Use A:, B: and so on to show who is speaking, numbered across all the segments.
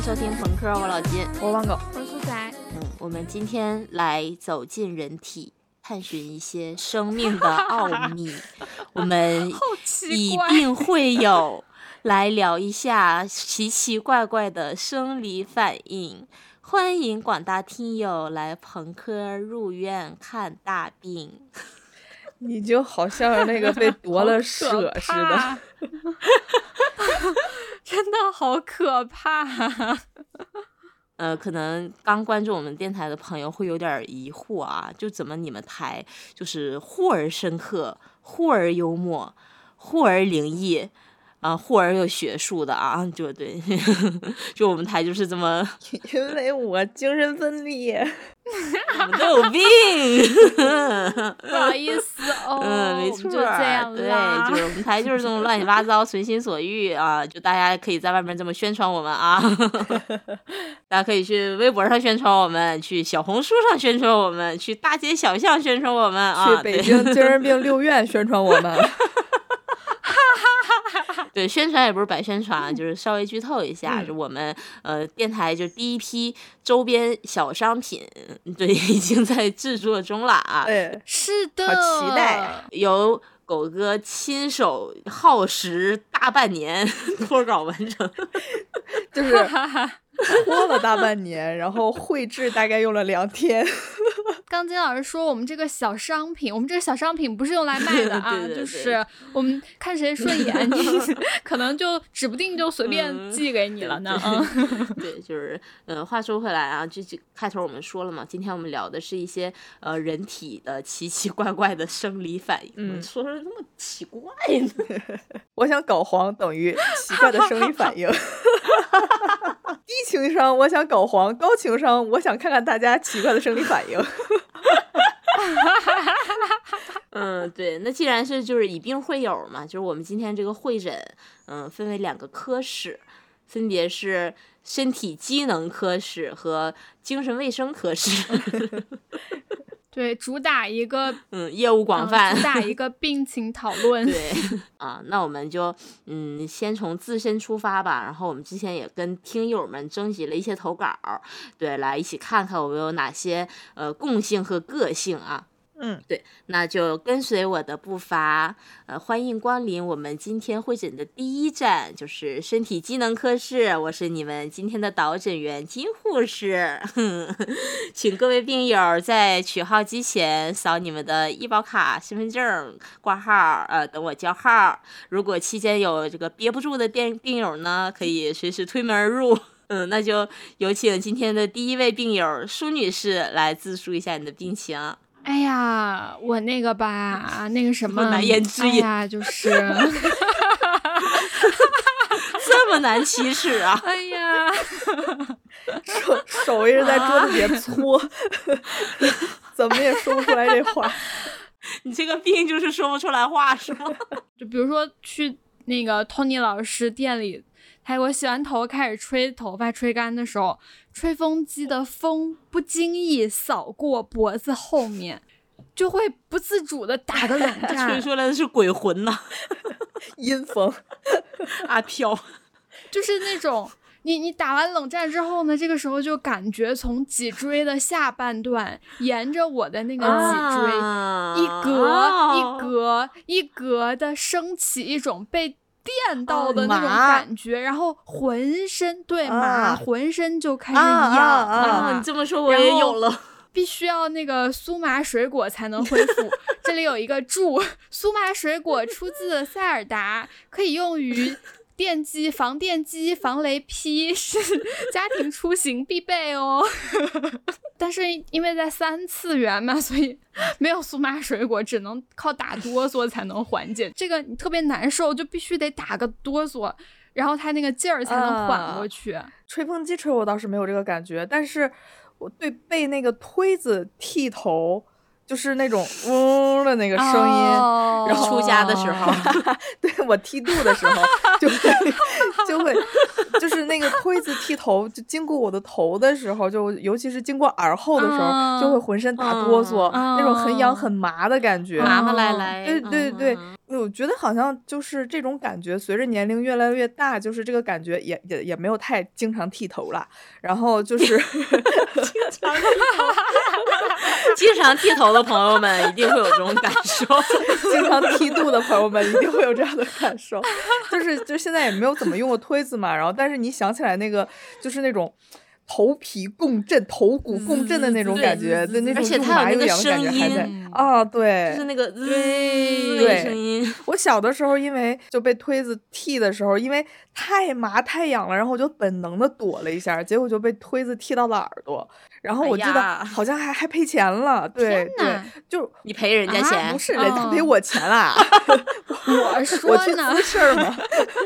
A: 收听朋克，我老金，
B: 我汪狗，
C: 我是苏仔。
A: 我们今天来走进人体，探寻一些生命的奥秘。我们以病会友，来聊一下奇奇怪怪的生理反应。欢迎广大听友来朋克入院看大病。
B: 你就好像那个被夺了舍似的。
C: 真的好可怕。
A: 可能刚关注我们电台的朋友会有点疑惑啊，就怎么你们台就是忽而深刻，忽而幽默，忽而灵异啊，忽而又学术的啊，就对，就我们台就是这么，
B: 因为我精神分裂。
A: 我们都有病。
C: 不好意思哦。
A: 没错，
C: 就这样啦。
A: 对，就是我们台就是这么乱七八糟，随心所欲啊！就大家可以在外面这么宣传我们啊，大家可以去微博上宣传我们，去小红书上宣传我们，去大街小巷宣传我们啊！
B: 去北京精神病6院宣传我们。
A: 对，宣传也不是白宣传，就是稍微剧透一下，就我们电台就第一批周边小商品，对，已经在制作中了啊。
C: 是的，
B: 好期待，
A: 由狗哥亲手耗时大半年脱稿完成，
B: 就是拖了大半年，然后绘制大概用了2天。
C: 刚金老师说我们这个小商品，我们这个小商品不是用来卖的啊，
A: 对
C: 就是我们看谁顺眼，可能就指不定就随便寄给你了呢。
A: 对，就是话说回来啊，这开头我们说了嘛，今天我们聊的是一些人体的奇奇怪怪的生理反应。说是那么奇怪呢？
B: 我想搞黄等于奇怪的生理反应。低情商我想搞黄，高情商我想看看大家奇怪的生理反应。
A: 对，那既然是就是以病会友嘛，就是我们今天这个会诊，分为2个科室，分别是身体机能科室和精神卫生科室。
C: 对，主打一个
A: 业务广泛，
C: 主打一个病情讨论。
A: 对啊，那我们就先从自身出发吧。然后我们之前也跟听友们征集了一些投稿，对，来一起看看我们有哪些共性和个性啊。对，那就跟随我的步伐，欢迎光临我们今天会诊的第一站，就是身体机能科室。我是你们今天的导诊员金护士，请各位病友在取号机前扫你们的医保卡、身份证挂号，等我叫号。如果期间有这个憋不住的病友呢，可以随时推门而入。那就有请今天的第一位病友舒女士来自述一下你的病情。
C: 哎呀，我那个吧，那个什么
A: 难言之隐，
C: 哎呀，就是
A: 这么难启齿啊！
C: 哎呀，
B: 手一直在桌子底下搓，怎么也说不出来这话。
A: 你这个病就是说不出来话是吗？
C: 就比如说去那个 Tony 老师店里，他给我洗完头开始吹头发吹干的时候，吹风机的风不经意扫过脖子后面，就会不自主的打个冷战。
A: 吹出来的是鬼魂呐，
B: 阴风
A: 阿飘，
C: 就是那种你打完冷战之后呢，这个时候就感觉从脊椎的下半段沿着我的那个脊椎，一格一格的升起一种被电到的那种感觉，然后浑身浑身就开始痒。
A: 你这么说我也有了。
C: 必须要那个苏麻水果才能恢复。这里有一个注：苏麻水果出自塞尔达，可以用于防电机、防雷劈，是家庭出行必备哦。但是因为在3次元嘛，所以没有苏麻水果，只能靠打哆嗦才能缓解。这个你特别难受，就必须得打个哆嗦，然后它那个劲儿才能缓过去。
B: 吹风机吹我倒是没有这个感觉，但是我对被那个推子剃头，就是那种的那个声音，然后
A: 出家的时候，
B: 对，我剃度的时候就会就是那个推子剃头，就经过我的头的时候，就尤其是经过耳后的时候，就会浑身打哆嗦，那种很痒很麻的感觉，
A: 麻麻来来。
B: 对对对， 对，我觉得好像就是这种感觉，随着年龄越来越大，就是这个感觉也没有太经常剃头了。然后就是
A: 经常剃头的朋友们一定会有这种感受，
B: 经常剃度的朋友们一定会有这样的感受。就现在也没有怎么用过推子嘛，然后但是你想起来那个就是那种头皮共振、头骨共振的那种感觉，对那种
A: 而且它有那个声音
B: 啊，对，
A: 就是那个
B: 对
A: 那个声音。
B: 我小的时候因为就被推子剃的时候，因为太麻太痒了，然后我就本能的躲了一下，结果就被推子剃到了耳朵。然后我记得好像还赔钱了，对对，就
A: 你赔人家钱，
B: 不是人家赔我钱啦，
C: 我说
B: 我去滋事儿嘛。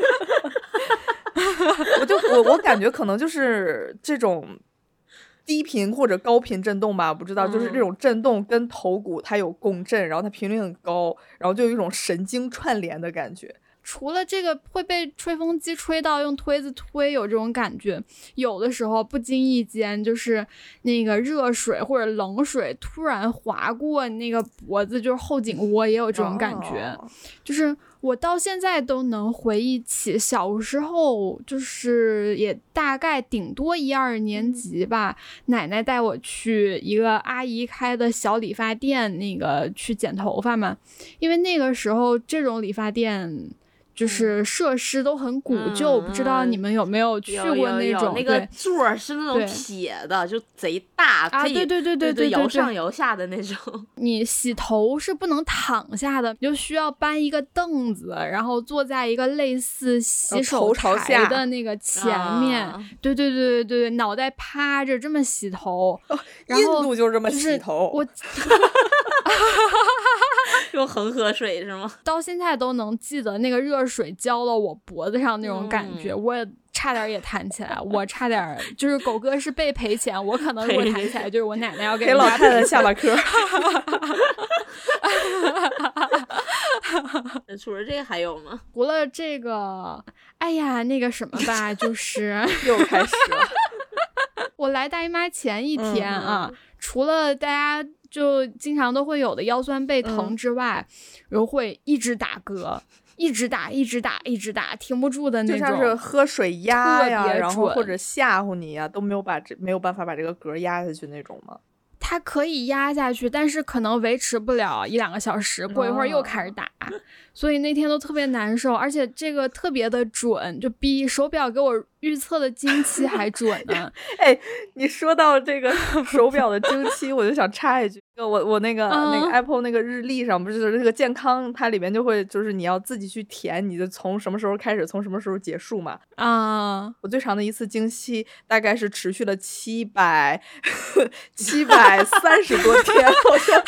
B: 我感觉可能就是这种低频或者高频震动吧，不知道，就是这种震动跟头骨它有共振，然后它频率很高，然后就有一种神经串联的感觉。
C: 除了这个会被吹风机吹到用推子推有这种感觉，有的时候不经意间就是那个热水或者冷水突然划过那个脖子，就是后颈窝也有这种感觉。就是我到现在都能回忆起小时候，就是也大概顶多1、2年级吧，奶奶带我去一个阿姨开的小理发店，那个去剪头发嘛。因为那个时候这种理发店就是设施都很古旧，不知道你们有没有去过那种？
A: 那个座是那种铁的，就贼大，可以
C: 对，
A: 摇上摇下的那种。
C: 你洗头是不能躺下的，你就需要搬一个凳子，然后坐在一个类似洗手台的那个前面。对，脑袋趴着这么洗头。然后
B: 印度就这么洗头。
C: 我
A: 用恒河水是吗？
C: 到现在都能记得那个热水浇到我脖子上那种感觉，我也差点也弹起来，我差点就是狗哥是被赔钱，我可能如果弹起来就是我奶奶要给
B: 老太太下巴颏。
A: 除了这个还有吗？
C: 除了这个，哎呀，那个什么吧，就是
B: 又开始了。
C: 我来大姨妈前一天啊，除了大家就经常都会有的腰酸背疼之外，然后会一直打嗝，一直打，停不住的那种，
B: 就像是喝水压呀，然后或者吓唬你呀，都没有办法把这个嗝压下去那种吗？
C: 它可以压下去，但是可能维持不了1、2个小时，过一会儿又开始打，所以那天都特别难受，而且这个特别的准，就比手表给我预测的经期还准呢。
B: 哎，你说到这个手表的经期，我就想插一句，我那个 Apple 那个日历上，不是就是这个健康，它里面就会就是你要自己去填，你就从什么时候开始，从什么时候结束嘛。我最长的一次经期大概是持续了730多天，好像。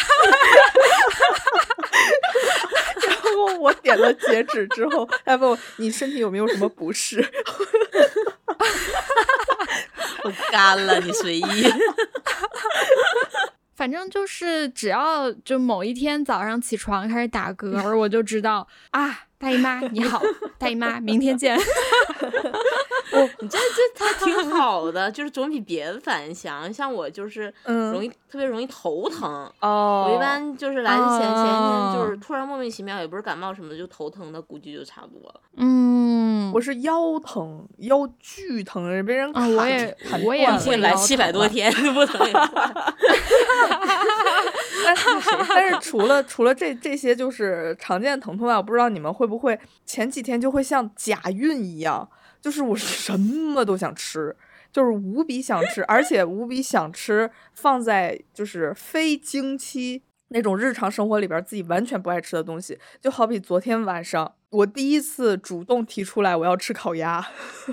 B: 然后我点了截止之后，他问我你身体有没有什么不适？
A: 我干了，你随意。
C: 反正就是只要就某一天早上起床开始打嗝，我就知道啊，大姨妈你好，大姨妈明天见。
A: 你这还挺好的，就是总比别的反应强。像我就是特别容易头疼。我一般就是来之前前一天就是突然莫名其妙，也不是感冒什么的，就头疼的，估计就差不多了。
B: 我是腰疼，腰巨疼，被人砍。
C: 我也
A: 会来700多天不疼也坏。
B: 但是除了这些就是常见的疼痛啊，我不知道你们会不会前几天就会像假孕一样，就是我什么都想吃，就是无比想吃，而且无比想吃放在就是非经期那种日常生活里边自己完全不爱吃的东西。就好比昨天晚上我第一次主动提出来我要吃烤鸭。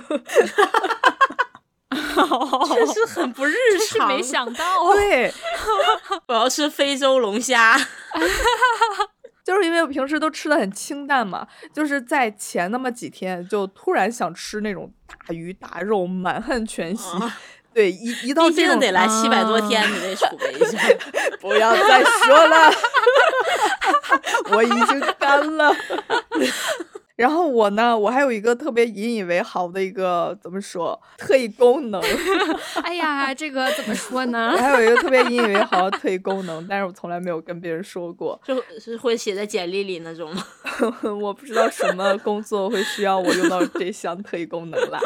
A: 确实很不日常，
C: 没想到。
B: 对，
A: 我要吃非洲龙虾。
B: 就是因为我平时都吃的很清淡嘛，就是在前那么几天就突然想吃那种大鱼大肉，满汉全席。对，一到这种
A: 得来700多天，你得储备一下。
B: 不要再说了，我已经干了。 然后我呢，我还有一个特别引以为豪的一个怎么说特异功能。
C: 哎呀，这个怎么说呢？
B: 我还有一个特别引以为豪的特异功能，但是我从来没有跟别人说过。
A: 是会写在简历里那种吗？
B: 我不知道什么工作会需要我用到这项特异功能啦。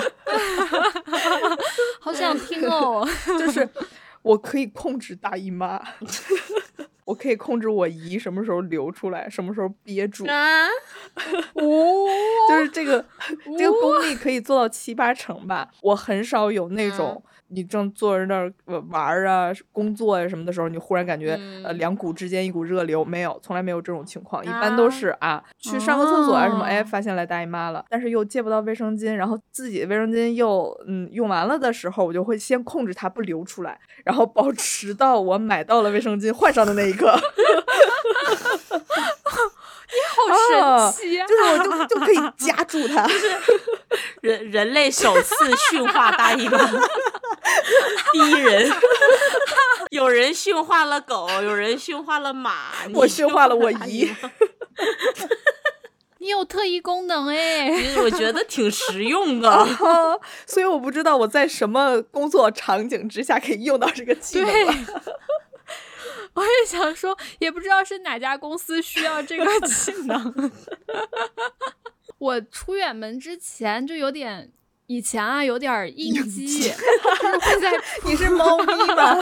C: 好想听哦。
B: 就是我可以控制大姨妈。我可以控制我姨什么时候流出来，什么时候憋住。
A: 啊，
B: 就是这个功力可以做到7、8成吧。我很少有那种你正坐在那儿玩啊、工作啊什么的时候，你忽然感觉两股之间一股热流，没有，从来没有这种情况。一般都是去上个厕所啊什么，发现来大姨妈了，但是又借不到卫生巾，然后自己的卫生巾又用完了的时候，我就会先控制它不流出来，然后保持到我买到了卫生巾换上的那一刻。
C: 你好神奇啊！
B: 就是我就可以夹住它。
A: 人类首次驯化大姨妈，第一人。有人驯化了狗，有人驯化了马，
B: 我驯化了我姨。
C: 你有特异功能哎，
A: 我觉得挺实用的。
B: 所以我不知道我在什么工作场景之下可以用到这个技能了。
C: 我也想说，也不知道是哪家公司需要这个技能。我出远门之前就有点，以前有点应激，就是会在
B: 你是猫咪吗？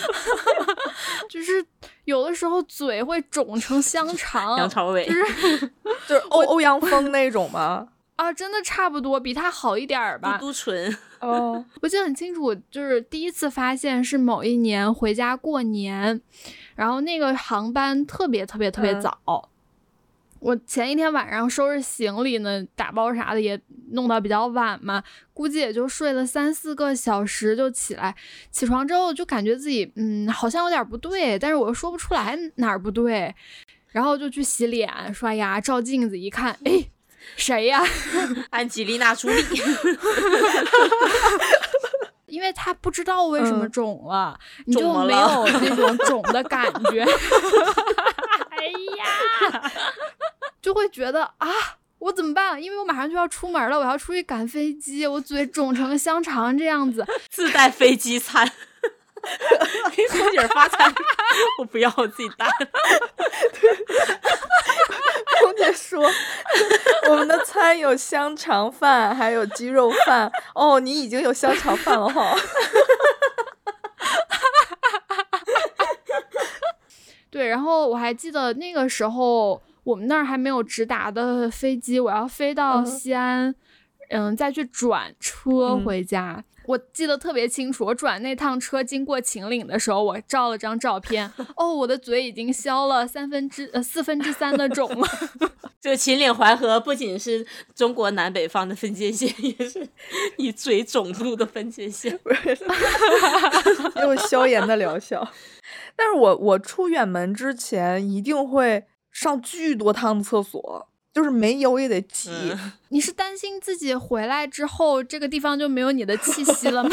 C: 就是有的时候嘴会肿成香肠，
A: 梁朝伟，
B: 就是欧阳锋那种吗？
C: 啊，真的差不多，比他好一点吧。
A: 嘟嘟唇。
B: 哦，
C: 我记得很清楚，就是第一次发现是某一年回家过年，然后那个航班特别早。我前一天晚上收拾行李呢，打包啥的也弄到比较晚嘛，估计也就睡了3、4个小时就起来。起床之后就感觉自己好像有点不对，但是我又说不出来哪儿不对，然后就去洗脸刷牙，照镜子一看，哎，谁呀？
A: 安吉丽娜·朱莉。
C: 因为他不知道为什么肿了，你就没有那种肿的感觉。哎呀，就会觉得我怎么办？因为我马上就要出门了，我要出去赶飞机，我嘴肿成香肠这样子，
A: 自带飞机餐。给空姐发餐，我不要，我自己带。
B: 空姐说我们的餐有香肠饭还有鸡肉饭。哦，你已经有香肠饭了哈。
C: 对，然后我还记得那个时候我们那儿还没有直达的飞机，我要飞到西安，再去转车回家。我记得特别清楚，我转那趟车经过秦岭的时候，我照了张照片。我的嘴已经消了3/4的肿了。
A: 这个秦岭淮河不仅是中国南北方的分界线，也是你嘴肿度的分界线。
B: 也有消炎的疗效。但是我出远门之前一定会上巨多趟厕所，就是没有也得挤。
C: 你是担心自己回来之后这个地方就没有你的气息了吗？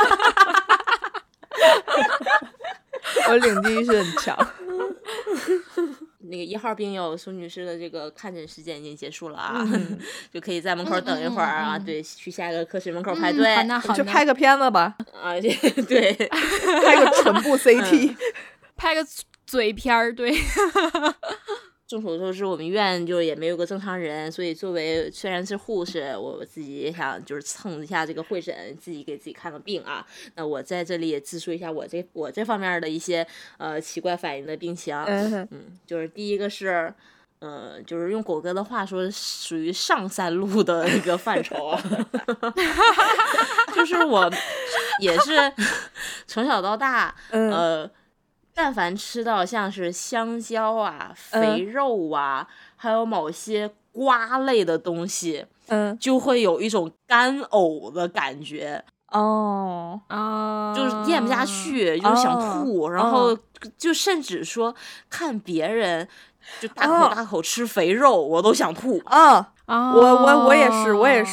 B: 我领地意识很强。
A: 那个1号病友苏女士的这个看诊时间已经结束了啊，就可以在门口等一会儿啊。对，去下一个科室门口排队。
C: 好，
B: 去拍个片子吧。
A: 对，
B: 拍个唇部 CT，
C: 拍个嘴片儿。对。
A: 众所周知，我们医院就也没有个正常人，所以作为虽然是护士，我自己也想就是蹭一下这个会诊，自己给自己看个病啊。那我在这里也自述一下我这方面的一些奇怪反应的病情。就是第一个是就是用果哥的话说，属于上三路的一个范畴。就是我也是从小到大但凡吃到像是香蕉啊、肥肉啊，还有某些瓜类的东西，就会有一种干呕的感觉。就是咽不下去，就是想吐，然后就甚至说看别人就大口大口吃肥肉，我都想吐。
B: 我也是。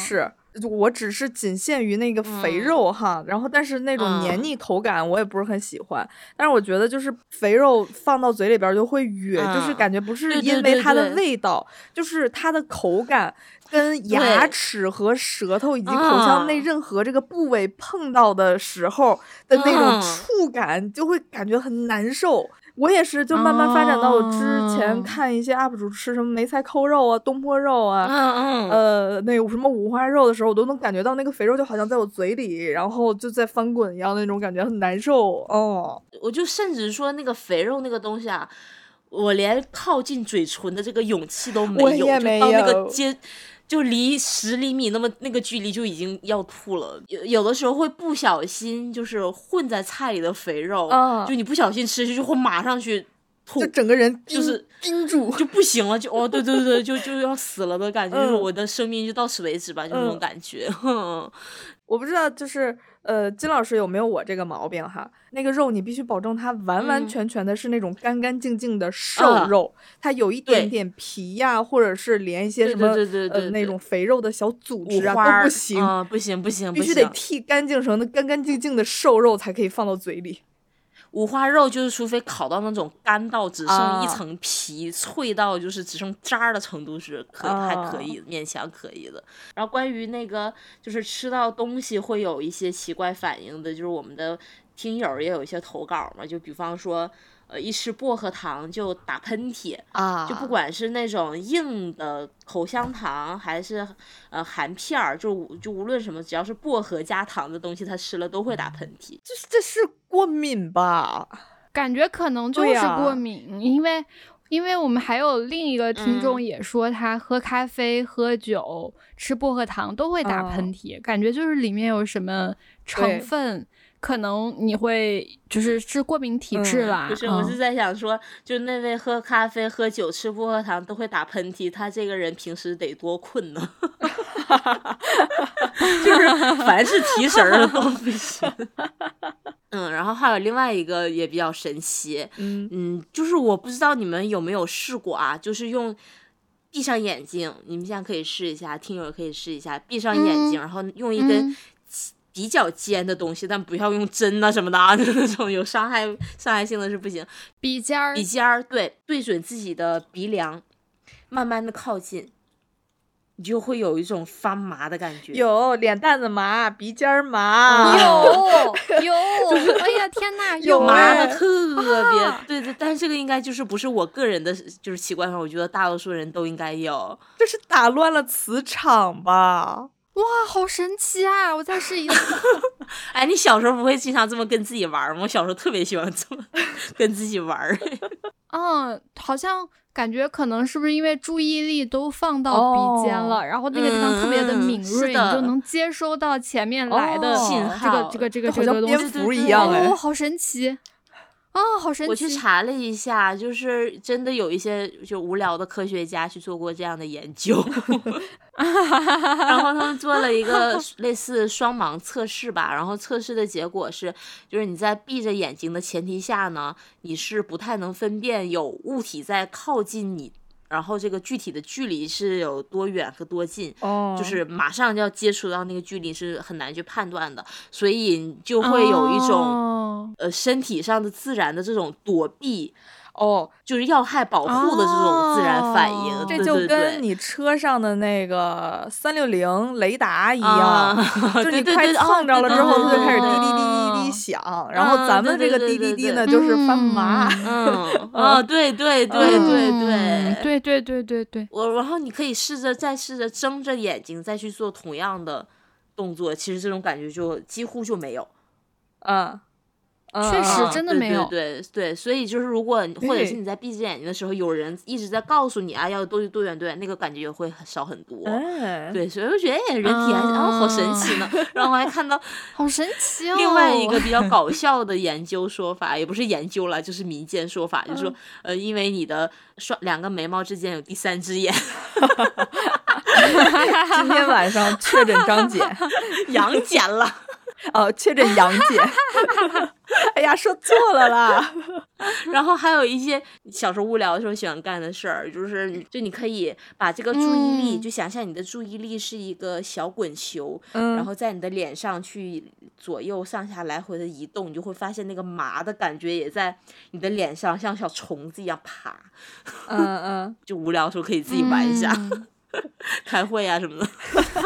B: 我只是仅限于那个肥肉哈，然后但是那种黏腻口感我也不是很喜欢。但是我觉得就是肥肉放到嘴里边就会哕，就是感觉不是因为它的味道，就是它的口感跟牙齿和舌头以及口腔内任何这个部位碰到的时候的那种触感，就会感觉很难受。我也是，就慢慢发展到我之前看一些 UP 主吃什么梅菜扣肉啊、东坡肉啊，那个什么五花肉的时候，我都能感觉到那个肥肉就好像在我嘴里，然后就在翻滚一样，那种感觉很难受。
A: 我就甚至说那个肥肉那个东西啊，我连靠近嘴唇的这个勇气都没有，
B: 我也没有，
A: 就到那个就离10厘米那个距离就已经要吐了。有的时候会不小心就是混在菜里的肥肉，就你不小心吃就会马上去吐，
B: 就整个人
A: 就是
B: 冰住
A: 就不行了，就对对对，就要死了的感觉，就是我的生命就到此为止吧，就那种感觉。
B: 我不知道就是金老师有没有我这个毛病哈？那个肉你必须保证它完完全全的是那种干干净净的瘦肉，它有一点点皮呀，或者是连一些什么那种肥肉的小组织啊都不行，
A: 不行，
B: 必须得剔干净成的干干净净的瘦肉才可以放到嘴里。
A: 五花肉就是除非烤到那种干到只剩一层皮，脆到就是只剩渣的程度是还可以勉强可以的。然后关于那个就是吃到东西会有一些奇怪反应的，就是我们的听友也有一些投稿嘛，就比方说一吃薄荷糖就打喷嚏就不管是那种硬的口香糖还是含片儿，就无论什么，只要是薄荷加糖的东西，他吃了都会打喷嚏。
B: 这是过敏吧？
C: 感觉可能就是过敏，因为我们还有另一个听众也说，他喝咖啡、喝酒、吃薄荷糖都会打喷嚏，感觉就是里面有什么成分。可能你会是过敏体质啦。
A: 不是，我是在想说，就那位喝咖啡、喝酒、吃薄荷糖都会打喷嚏，他这个人平时得多困呢？就是凡是提神的都不行。然后还有另外一个也比较神奇，就是我不知道你们有没有试过啊，就是用闭上眼睛，你们现在可以试一下，听友可以试一下，闭上眼睛，然后用一根比较尖的东西，但不要用针啊什么的啊，那种有伤害性的是不行。
C: 笔尖儿，
A: 对准自己的鼻梁，慢慢的靠近，你就会有一种发麻的感觉。
B: 有脸蛋子麻，鼻尖麻，
C: 有，哎呀天哪，有
A: 麻的特别，对，但是这个应该就是不是我个人的，就是奇怪上，我觉得大多数人都应该有。
B: 这是打乱了磁场吧？
C: 哇，好神奇啊！我再试一次。
A: 哎，你小时候不会经常这么跟自己玩吗？我小时候特别喜欢这么跟自己玩。
C: 好像感觉可能是不是因为注意力都放到鼻尖了，然后那个地方特别的敏锐，你就能接收到前面来的
A: 信号，
C: 这个东西，
B: 好像蝙蝠一样哎，
C: 好神奇。好神奇！
A: 我去查了一下，就是真的有一些就无聊的科学家去做过这样的研究，然后他们做了一个类似双盲测试吧，然后测试的结果是，就是你在闭着眼睛的前提下呢，你是不太能分辨有物体在靠近你，然后这个具体的距离是有多远和多近，就是马上就要接触到那个距离是很难去判断的，所以你就会有一种身体上的自然的这种躲避，就是要害保护的这种自然反应。
B: 这就跟你车上的那个360雷达一样，就是你快蹭着了之后，它就开始滴滴滴滴滴响，然后咱们这个滴滴滴呢就是发麻。
A: 对。然后你可以再试着睁着眼睛再去做同样的动作，其实这种感觉就几乎就没有。
C: 确实真的没有。
A: 对，所以就是如果或者是你在闭着眼睛的时候，有人一直在告诉你啊要多远，那个感觉也会少很多。对，所以我觉得人体还是好神奇呢。然后我还看到
C: 好神奇
A: 另外一个比较搞笑的研究说法，也不是研究了，就是民间说法，就是说因为你的两个眉毛之间有第三只眼。
B: 今天晚上确诊张姐
A: 阳睑了。
B: 确诊阳检。哎呀，说错了啦。
A: 然后还有一些小时候无聊的时候喜欢干的事儿，就你可以把这个注意力，就想象你的注意力是一个小滚球，然后在你的脸上去左右上下来回的移动，你就会发现那个麻的感觉也在你的脸上像小虫子一样爬。就无聊的时候可以自己玩一下，开会啊什么的。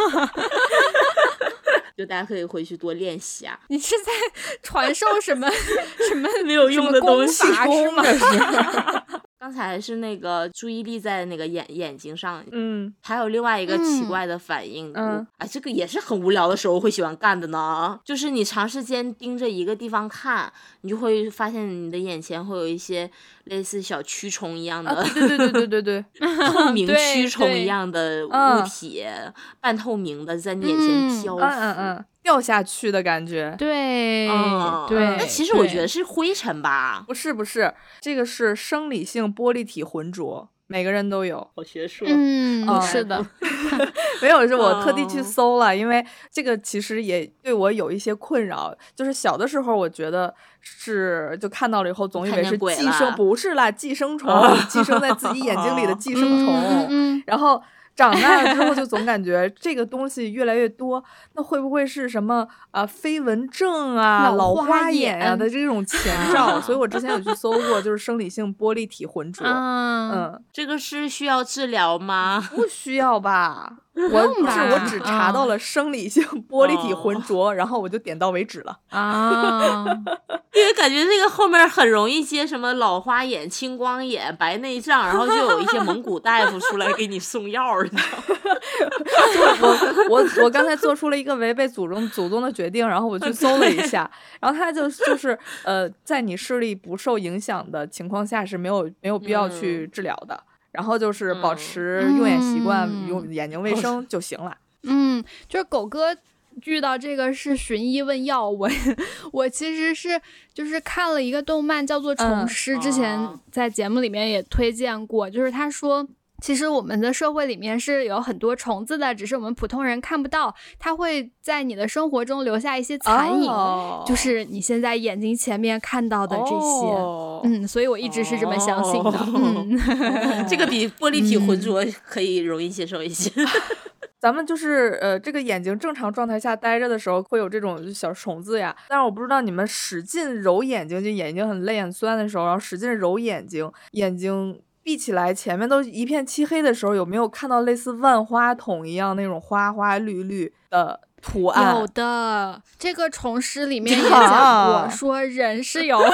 A: 就大家可以回去多练习啊。
C: 你是在传授什么
A: 没有用的东西
C: 是吗？
A: 刚才是那个注意力在那个眼睛上，还有另外一个奇怪的反应，这个也是很无聊的时候会喜欢干的呢，就是你长时间盯着一个地方看，你就会发现你的眼前会有一些类似小蛆虫一样的，
B: 对，
A: 透明蛆虫一样的物体，半透明的在你眼前漂浮。
B: 掉下去的感觉。
C: 对，
A: 那其实我觉得是灰尘吧？
B: 不是，这个是生理性玻璃体浑浊，每个人都有。
A: 好学术。
C: 是的。
B: 没有，是我特地去搜了，因为这个其实也对我有一些困扰。就是小的时候，我觉得就看到了以后，总以为是寄生，不是啦，寄生虫，寄生在自己眼睛里的寄生虫。然后长大了之后就总感觉这个东西越来越多，那会不会是什么飞蚊症啊、老花眼啊的这种前兆？所以我之前有去搜过，就是生理性玻璃体浑浊。
A: 这个是需要治疗吗？
B: 不需要吧。我只查到了生理性玻璃体浑浊，然后我就点到为止了。
A: 因为感觉这个后面很容易接什么老花眼、青光眼、白内障，然后就有一些蒙古大夫出来给你送药，你知道吗？
B: 我刚才做出了一个违背祖宗的决定，然后我去搜了一下，然后他就是在你视力不受影响的情况下是没有必要去治疗的。然后就是保持用眼习惯，用眼睛卫生就行了。
C: 就是狗哥遇到这个是寻医问药，我其实是就是看了一个动漫叫做《虫师》，之前在节目里面也推荐过，就是他说其实我们的社会里面是有很多虫子的，只是我们普通人看不到，它会在你的生活中留下一些残影，就是你现在眼睛前面看到的这些。所以我一直是这么相信的。
A: 这个比玻璃体浑浊可以容易接受一些。
B: 咱们就是这个眼睛正常状态下待着的时候会有这种小虫子呀，但是我不知道你们使劲揉眼睛，就眼睛很累很酸的时候，然后使劲揉眼睛闭起来前面都一片漆黑的时候，有没有看到类似万花筒一样那种花花绿绿的图案？
C: 有的，这个虫师里面也讲过，说人是有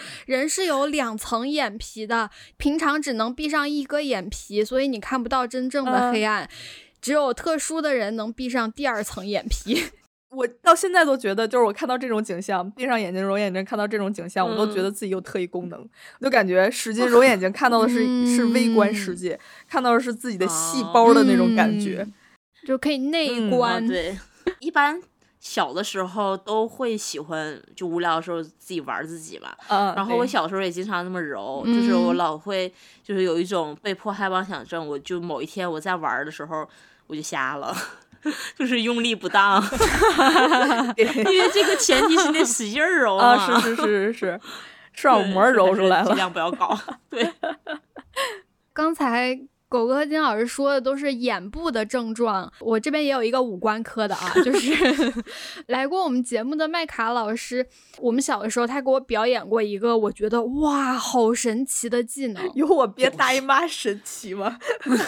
C: 2层眼皮的，平常只能闭上一个眼皮，所以你看不到真正的黑暗，只有特殊的人能闭上第2层眼皮。
B: 我到现在都觉得，就是我看到这种景象，闭上眼睛揉眼睛看到这种景象，我都觉得自己有特异功能，我就感觉使劲揉眼睛看到的是微观世界，看到的是自己的细胞的那种感觉，
C: 就可以内观。
A: 对，一般小的时候都会喜欢，就无聊的时候自己玩自己嘛。然后我小时候也经常那么揉，就是我老会就是有一种被迫害妄想症，我就某一天我在玩的时候我就瞎了。就是用力不当。因为这个前提是得使劲揉
B: 啊。是视网膜揉出来了，
A: 尽量不要搞。对，
C: 刚才狗哥和金老师说的都是眼部的症状，我这边也有一个五官科的啊，就是来过我们节目的麦卡老师，我们小的时候他给我表演过一个我觉得哇好神奇的技能。
B: 有我别大姨妈神奇吗？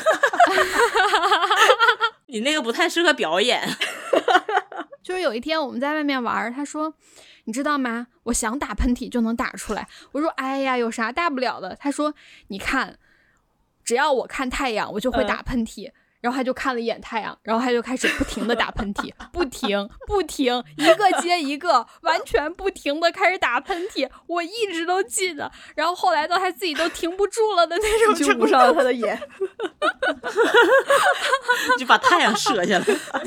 A: 你那个不太适合表演。
C: 就是有一天我们在外面玩，他说你知道吗，我想打喷嚏就能打出来。我说哎呀有啥大不了的。他说你看只要我看太阳我就会打喷嚏。然后他就看了一眼太阳，然后他就开始不停的打喷嚏，不停，一个接一个，完全不停的开始打喷嚏，我一直都记得。然后后来到他自己都停不住了的那种程度，
B: 就不上了他的眼，
A: 就把太阳射下来。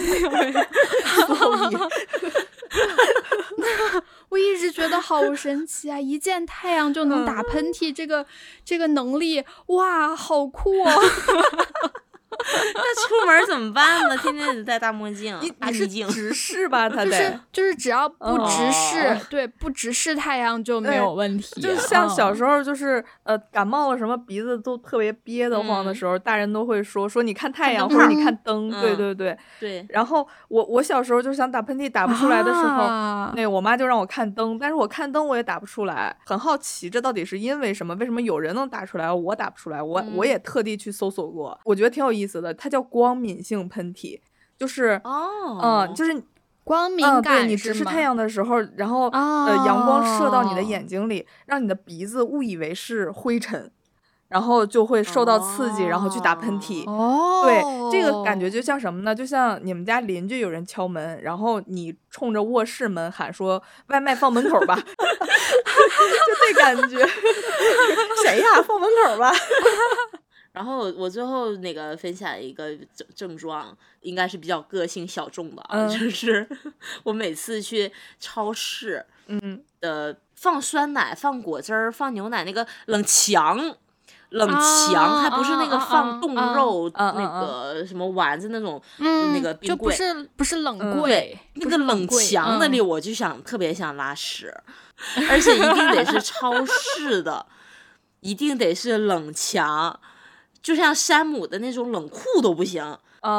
C: 我一直觉得好神奇啊！一见太阳就能打喷嚏，这个能力，哇，好酷哦！
A: 那出门怎么办呢？天天得戴大墨镜、大滤镜。
B: 直视吧，他得
C: 就是只要不直视，对，不直视太阳就没有问题。
B: 就像小时候就是感冒了什么鼻子都特别憋得慌的时候，大人都会说你看太阳或者你看灯，对对对
A: 对。
B: 然后我小时候就想打喷嚏打不出来的时候，那我妈就让我看灯，但是我看灯我也打不出来，很好奇这到底是因为什么？为什么有人能打出来，我打不出来？我也特地去搜索过，我觉得挺有意思的，它叫光敏性喷嚏，就是就是
C: 光敏感，
B: 对，你直视太阳的时候，然后阳光射到你的眼睛里，让你的鼻子误以为是灰尘，然后就会受到刺激，然后去打喷嚏。对，这个感觉就像什么呢？就像你们家邻居有人敲门，然后你冲着卧室门喊说外卖放门口吧，就这感觉。谁呀？放门口吧。
A: 然后我最后那个分享一个症状，应该是比较个性小众的啊，就是我每次去超市的放酸奶、放果汁儿、放牛奶那个冷藏，它不是那个放冻肉那个什么丸子那种那个冰柜，
C: 就不是冷柜，
A: 那个冷藏那里我就特别想拉屎，而且一定得是超市的，一定得是冷藏。就像山姆的那种冷库都不行。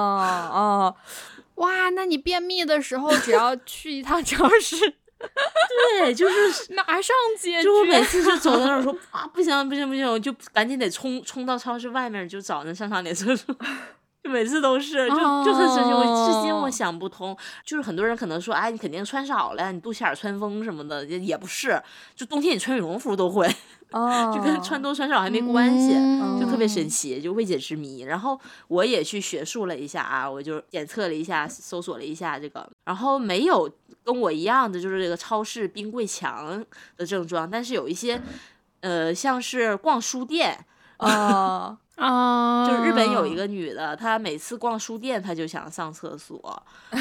C: 哇，那你便秘的时候只要去一趟超市，
A: 对，就是
C: 马上解决。
A: 就我每次就走到那儿说不行，我就赶紧得冲到超市外面就找那上脸厕所。就每次都是，就很神奇，我至今我想不通。就是很多人可能说，你肯定穿少了，你肚脐眼穿风什么的，也不是，就冬天你穿羽绒服都会。就跟穿多穿少还没关系，就特别神奇，就未解之谜。然后我也去学术了一下啊，我就检测了一下，搜索了一下这个，然后没有跟我一样的就是这个超市冰柜墙的症状，但是有一些像是逛书店就是日本有一个女的，她每次逛书店她就想上厕所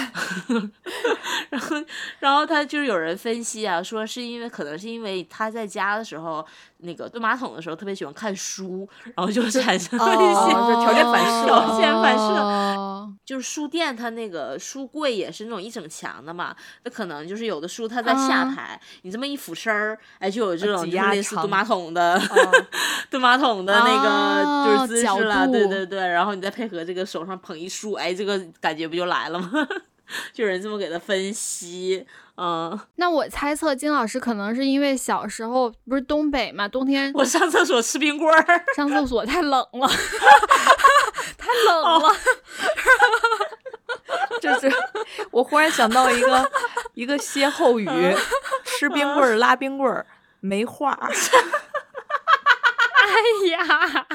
A: 然后她就是有人分析啊，说可能是因为她在家的时候那个蹲马桶的时候特别喜欢看书，然后就产生了一些
B: 条件反射，
A: 就是书店它那个书柜也是那种一整墙的嘛，那可能就是有的书它在下排，你这么一俯身儿，就有这种就是类似蹲马桶的蹲马桶的那个就是姿势了，对对对，然后你再配合这个手上捧一书，这个感觉不就来了吗？就有人这么给他分析。
C: 那我猜测金老师可能是因为小时候不是东北嘛，冬天
A: 我上厕所吃冰棍儿，
C: 上厕所太冷了太冷了
B: 就是我忽然想到一个歇后语，吃冰棍儿拉冰棍儿没话
C: 哎呀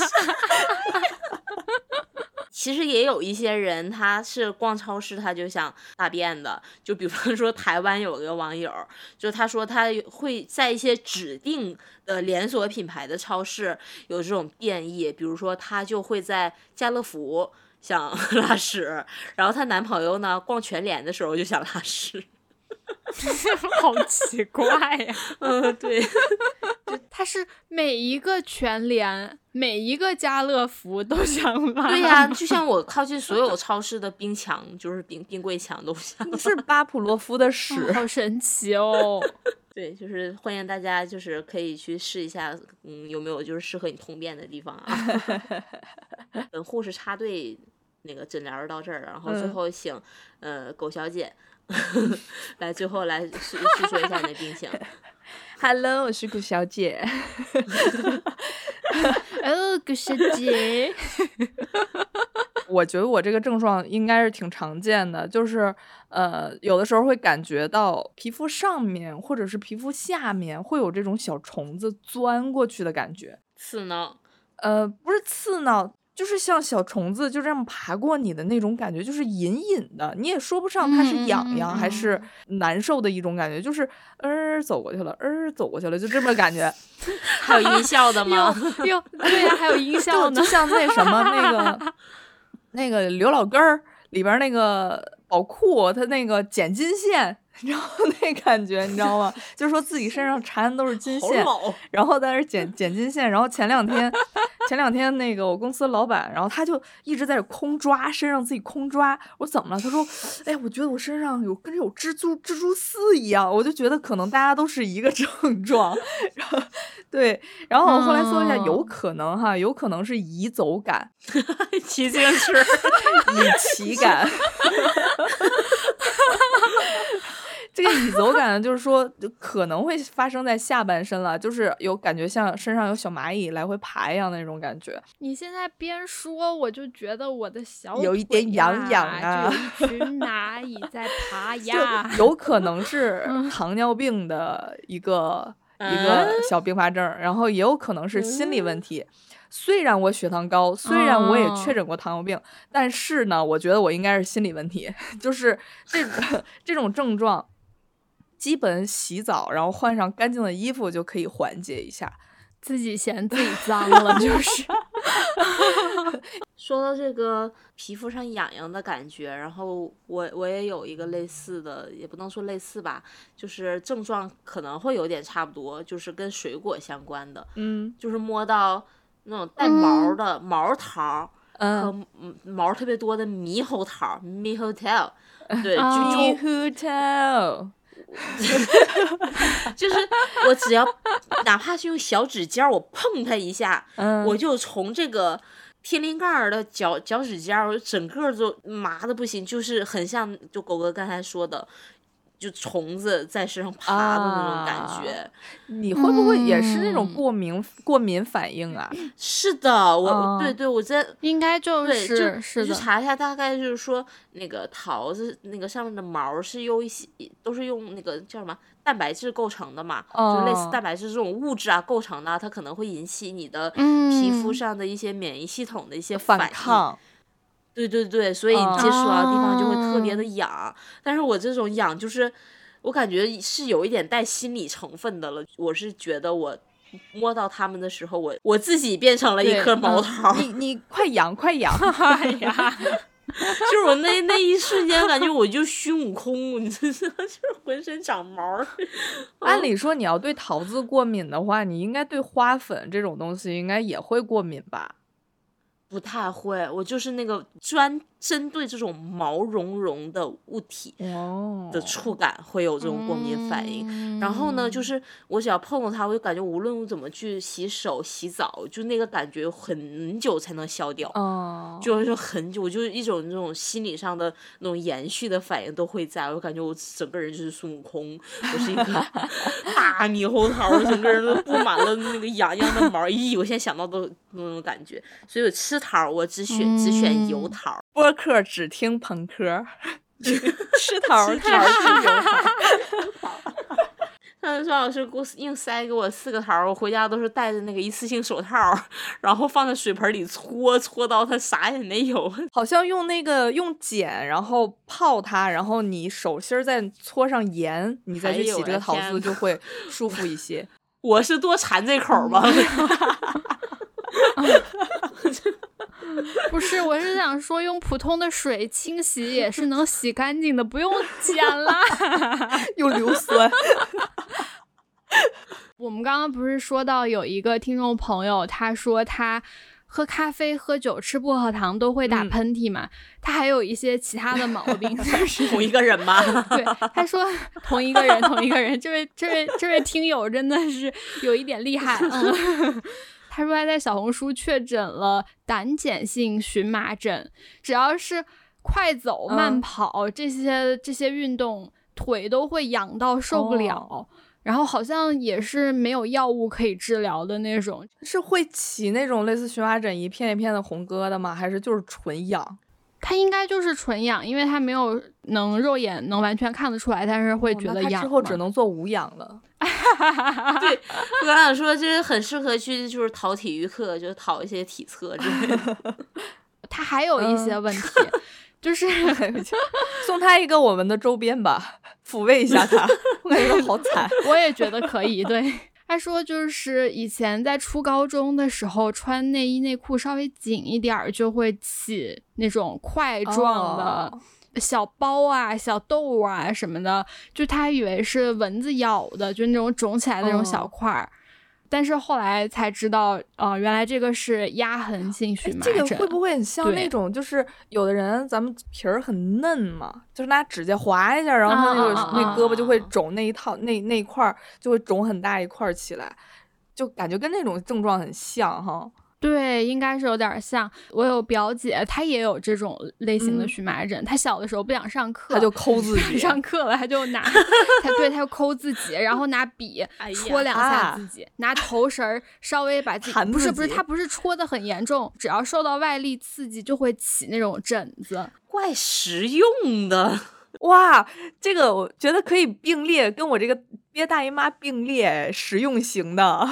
A: 其实也有一些人他是逛超市他就想大便的，就比方说台湾有个网友，就他说他会在一些指定的连锁品牌的超市有这种便意，比如说他就会在家乐福想拉屎，然后她男朋友呢逛全联的时候就想拉屎
C: 好奇怪呀
A: 对
C: 他是每一个全联每一个家乐福都想拉，
A: 对呀，就像我靠近所有超市的冰墙就是冰柜墙都想
B: 你是巴甫洛夫的屎
C: 好神奇哦
A: 对，就是欢迎大家就是可以去试一下有没有就是适合你通便的地方啊本护士插队那个诊疗到这儿，然后最后请狗小姐来最后来诉说一下你的病情。
B: Hello， 我是狗小姐。
C: 狗小姐。
B: 我觉得我这个症状应该是挺常见的，就是有的时候会感觉到皮肤上面或者是皮肤下面会有这种小虫子钻过去的感觉。
A: 刺挠？
B: 不是刺挠。就是像小虫子就这样爬过你的那种感觉，就是隐隐的，你也说不上它是痒痒还是难受的一种感觉，就是走过去了，走过去了，就这么感觉。
A: 还有音效的吗？
C: 哟，对呀，还有音效呢。
B: 就像那什么那个刘老根儿里边那个宝库，他那个剪金线。然后那感觉你知道吗？就说自己身上缠的都是金线，然后在那剪金线。然后前两天前2天那个我公司老板，然后他就一直在这空抓，身上自己空抓。我怎么了？他说，哎，我觉得我身上跟有蜘蛛丝一样。我就觉得可能大家都是一个症状。对，然后我后来搜一下，有可能是移走感，
A: 骑自行车，
B: 以骑感。这个乙走感呢，就是说可能会发生在下半身了，就是有感觉像身上有小蚂蚁来回爬一样的那种感觉。
C: 你现在边说，我就觉得我的小腿
B: 有一点痒痒啊，
C: 就有一群蚂蚁在爬呀，
B: 有可能是糖尿病的一个小并发症，然后也有可能是心理问题。虽然我血糖高，虽然我也确诊过糖尿病，但是呢，我觉得我应该是心理问题，就是这种症状。基本洗澡，然后换上干净的衣服就可以缓解一下。
C: 自己嫌自己脏了，就是。
A: 说到这个皮肤上痒痒的感觉，然后我也有一个类似的，也不能说类似吧，就是症状可能会有点差不多，就是跟水果相关的，就是摸到那种带毛的毛桃，和毛特别多的猕猴桃 ，Mihotel， 对，
B: Mihotel。
A: 就是我只要哪怕是用小指尖我碰它一下，我就从这个天灵盖的脚趾尖我整个都麻的不行，就是很像就狗哥刚才说的，就虫子在身上爬的那种感觉。
B: 你会不会也是那种过敏反应啊？
A: 是的，对我在
C: 应该就是是的，
A: 查一下，大概就是说那个桃子那个上面的毛是用一些都是用那个叫什么蛋白质构成的嘛，就类似蛋白质这种物质啊构成的，它可能会引起你的皮肤上的一些免疫系统的一些反抗。对，所以你接触到的地方就会特别的痒，但是我这种痒就是我感觉是有一点带心理成分的了，我是觉得我摸到它们的时候，我自己变成了一颗毛桃。
B: 你快痒！
A: 哎呀，就是我那一瞬间感觉我就孙悟空，你知道，就是浑身长毛。
B: 按理说你要对桃子过敏的话，你应该对花粉这种东西应该也会过敏吧？
A: 不太会，我就是那个针对这种毛茸茸的物体的触感会有这种过敏反应，然后呢，就是我只要碰到它，我就感觉无论我怎么去洗手、洗澡，就那个感觉很久才能消掉，就是很久，就是一种那种心理上的那种延续的反应都会在，我感觉我整个人就是孙悟空，我是一个大猕猴桃，我整个人都布满了那个痒痒的毛，我现在想到都那种感觉，所以我吃桃我只选油桃。
B: 播客只听朋克，吃桃只吃油桃。
A: 上次庄老师硬塞给我4个桃，我回家都是戴着那个一次性手套，然后放在水盆里搓到它啥也没有。
B: 好像用碱，然后泡它，然后你手心再搓上盐，你再去洗这个桃子就会舒服一些。
A: 我是多馋这口吧？
C: 不是，我是想说用普通的水清洗也是能洗干净的，不用碱啦。
B: 用硫酸。
C: 我们刚刚不是说到有一个听众朋友，他说他喝咖啡、喝酒、吃薄荷糖都会打喷嚏嘛，他还有一些其他的毛病。就是
A: 同一个人吗？
C: 对，他说同一个人，这位听友真的是有一点厉害。他说他在小红书确诊了胆碱性荨麻疹，只要是快走、慢跑这些运动，腿都会痒到受不了。然后好像也是没有药物可以治疗的那种。
B: 是会起那种类似荨麻疹一片一片的红疙瘩吗？还是就是纯痒？
C: 它应该就是纯痒，因为它没有肉眼能完全看得出来，但是会觉得痒。
B: 之后只能做无痒了。
A: 对，我刚想说，这很适合去就是逃体育课，就逃一些体测之类的。
C: 它还有一些问题，就是
B: 送他一个我们的周边吧，抚慰一下他。我感觉他好惨。
C: 我也觉得可以。对，他说就是以前在初高中的时候，穿内衣内裤稍微紧一点就会起那种块状的小包啊、小痘啊什么的，就他以为是蚊子咬的，就那种肿起来的那种小块儿。 但是后来才知道，原来这个是压痕性荨麻疹。
B: 这个会不会很像那种，就是有的人咱们皮儿很嫩嘛，就是拿指甲划一下，然后他那胳膊就会肿，那一套那一块就会肿很大一块起来，就感觉跟那种症状很像哈。
C: 对，应该是有点像。我有表姐，她也有这种类型的荨麻疹。她小的时候不想上课，
B: 她就抠自己。
C: 上课了，她就拿，她就抠自己，然后拿笔戳2下自己，拿头绳稍微把自己，不是，她不是戳的很严重，只要受到外力刺激就会起那种疹子。
A: 怪实用的。
B: 哇，这个我觉得可以并列，跟我这个憋大姨妈并列实用型的。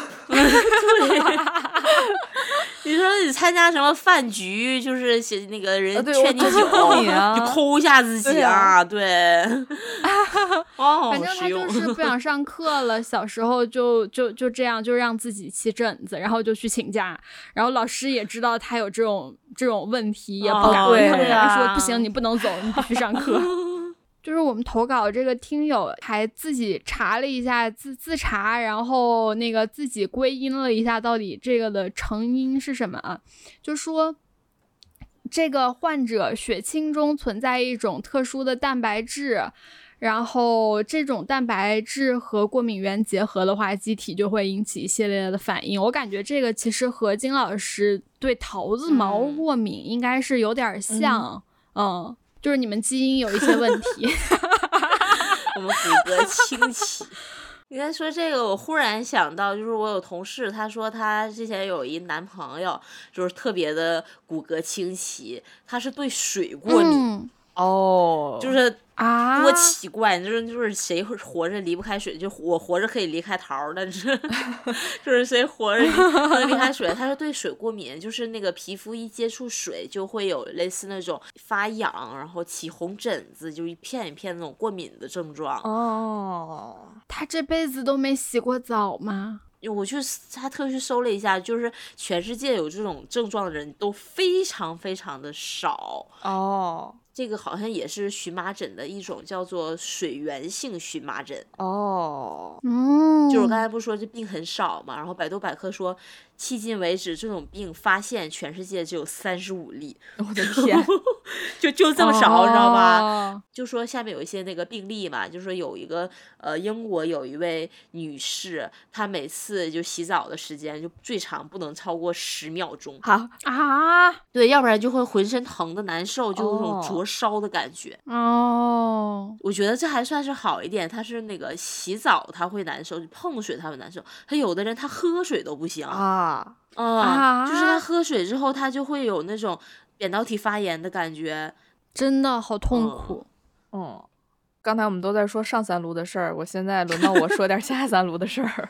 A: 你说你参加什么饭局，就是那个人劝你酒，
B: 就
A: 抠一下自己啊，对。
C: 反正他就是不想上课了，小时候就这样，就让自己起疹子，然后就去请假，然后老师也知道他有这种问题，也不敢跟他说不行，你不能走，你必须上课。就是我们投稿这个听友还自己查了一下自查，然后那个自己归因了一下到底这个的成因是什么啊？就说这个患者血清中存在一种特殊的蛋白质，然后这种蛋白质和过敏原结合的话，机体就会引起一系列的反应。我感觉这个其实和金老师对桃子毛过敏应该是有点像，就是你们基因有一些问题。
A: 我们骨骼清奇。你刚才说这个，我忽然想到，就是我有同事，他说他之前有一男朋友，就是特别的骨骼清奇，他是对水过敏。就是多奇怪，就是谁活着离不开水，就我活着可以离开桃，但是就是谁活着能离开水，他是对水过敏，就是那个皮肤一接触水就会有类似那种发痒，然后起红疹子，就一片一片那种过敏的症状。
C: 他这辈子都没洗过澡吗？
A: 我他特去搜了一下，就是全世界有这种症状的人都非常非常的少。这个好像也是荨麻疹的一种，叫做水源性荨麻疹。就是我刚才不是说这病很少嘛，然后百度百科说迄今为止这种病发现全世界只有35例。
B: 我的天。
A: 就这么少，你知道吧？就说下面有一些那个病例嘛，就说有一个英国有一位女士，她每次就洗澡的时间就最长不能超过10秒钟。对，要不然就会浑身疼的难受，就有种灼烧的感觉。我觉得这还算是好一点，她是那个洗澡她会难受，碰水她会难受，她有的人她喝水都不行就是她喝水之后她就会有那种扁桃体发炎的感觉，
C: 真的好痛苦。
B: 刚才我们都在说上三路的事儿，我现在轮到我说点下三路的事儿。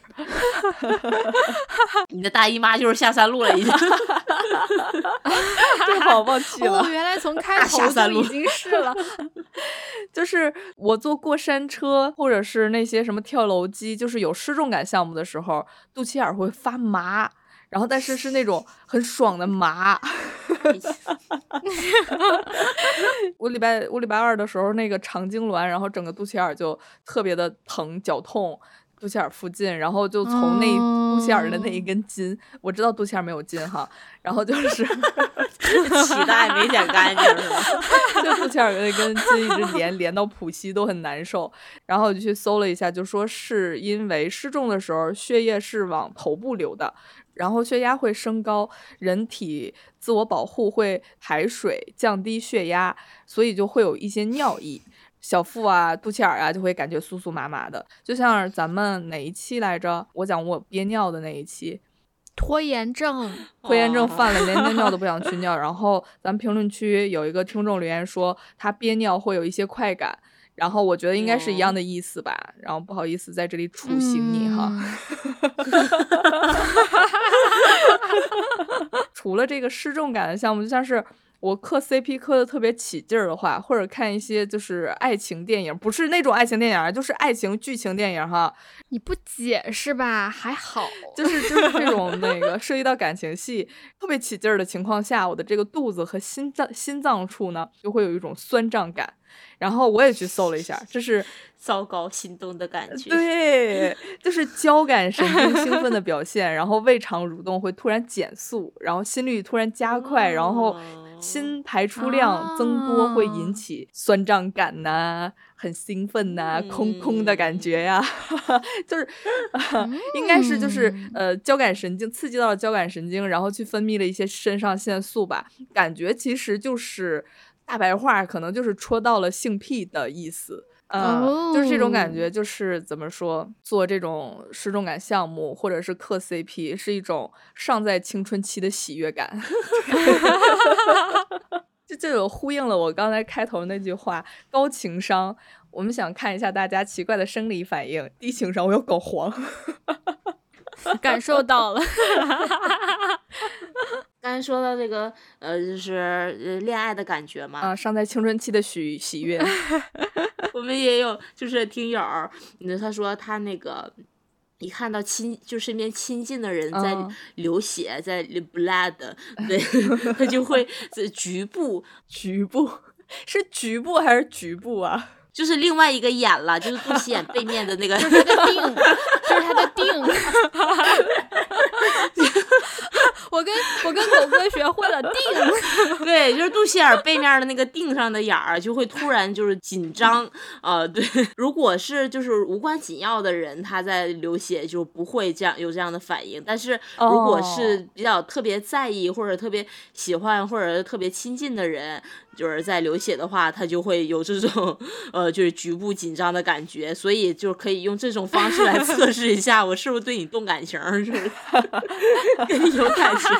A: 你的大姨妈就是下三路了已经。
B: 这好忘记了。
C: 原来从开头就已经是了。
B: 就是我坐过山车或者是那些什么跳楼机，就是有失重感项目的时候，肚脐眼会发麻，然后但是是那种很爽的麻。我礼拜2的时候那个肠痉挛，然后整个肚脐眼就特别的疼绞痛，肚脐眼附近，然后就从那肚脐眼的那一根筋，我知道肚脐眼没有筋哈，然后就是
A: 脐带没剪干净是吧？
B: 就肚脐眼那根筋一直连到浦西都很难受，然后我就去搜了一下，就说是因为失重的时候血液是往头部流的，然后血压会升高，人体自我保护会排水降低血压，所以就会有一些尿意，小腹啊肚脐眼啊就会感觉酥酥麻麻的，就像咱们哪一期来着，我讲我憋尿的那一期，
C: 拖延症
B: 犯了，连尿都不想去尿。然后咱们评论区有一个听众留言说他憋尿会有一些快感，然后我觉得应该是一样的意思吧，然后不好意思在这里处刑你哈。除了这个失重感的项目，就像是我磕 CP 磕的特别起劲儿的话，或者看一些就是爱情电影，不是那种爱情电影，就是爱情剧情电影哈。
C: 你不解释吧，还好，
B: 就是这种那个涉及到感情戏特别起劲儿的情况下，我的这个肚子和心脏处呢，就会有一种酸胀感。然后我也去搜了一下，这是
A: 糟糕心动的感觉。
B: 对，就是交感神经兴奋的表现，然后胃肠蠕动会突然减速，然后心率突然加快，然后心排出量增多，会引起酸胀感呐、很兴奋呐、空空的感觉呀，就是应该是就是交感神经刺激到了交感神经，然后去分泌了一些肾上腺素吧，感觉其实就是大白话可能就是戳到了性癖的意思。就是这种感觉，就是怎么说，做这种失重感项目或者是磕 CP 是一种尚在青春期的喜悦感。这有呼应了我刚才开头那句话，高情商。我们想看一下大家奇怪的生理反应，低情商我要搞黄。
C: 感受到了。
A: 刚才说到这个就是恋爱的感觉嘛，
B: 尚在青春期的喜悦。
A: 我们也有就是听友他说他那个一看到就身边亲近的人在流血，在 blood， 对，他就会局部是局部还是局部啊？ 就是另外一个眼了，就是肚脐眼背面的那个，
C: 就是他的腚。我跟狗哥学会了腚。
A: 对，就是肚脐眼背面的那个腚上的眼儿就会突然就是紧张对，如果是就是无关紧要的人，他在流血就不会有这样的反应，但是如果是比较特别在意或者特别喜欢或者特别亲近的人，就是在流血的话，他就会有这种就是局部紧张的感觉，所以就可以用这种方式来测试一下我是不是对你动感情，就是跟你有感情。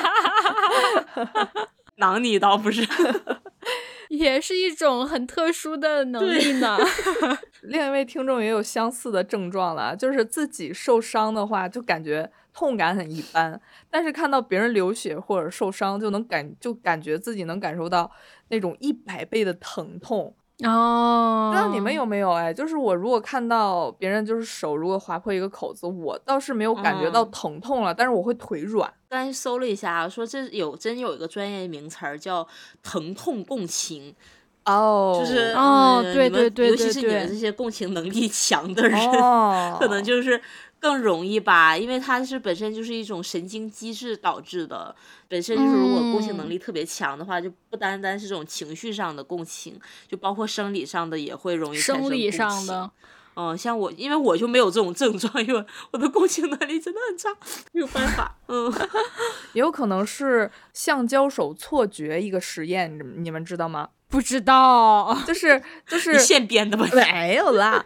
A: 囊你倒不是。
C: 也是一种很特殊的能力呢。
B: 另一位听众也有相似的症状了，就是自己受伤的话就感觉痛感很一般，但是看到别人流血或者受伤就感觉自己能感受到那种100倍的疼痛。不知道你们有没有就是我如果看到别人就是手如果划破一个口子，我倒是没有感觉到疼痛了，但是我会腿软。
A: 刚才搜了一下，说这真有一个专业名词叫疼痛共情。就是
C: 对对对，
A: 尤其是你们这些共情能力强的人，可能就是更容易吧，因为它是本身就是一种神经机制导致的，本身就是如果共情能力特别强的话，就不单单是这种情绪上的共情，就包括生理上的也会容易产生共情。生理上的。像我，因为我就没有这种症状，因为我的共情能力真的很差，没有办法。
B: 也有可能是橡胶手错觉一个实验，你们知道吗？
C: 不知道，
B: 就是
A: 你现编的吧？
B: 没有啦。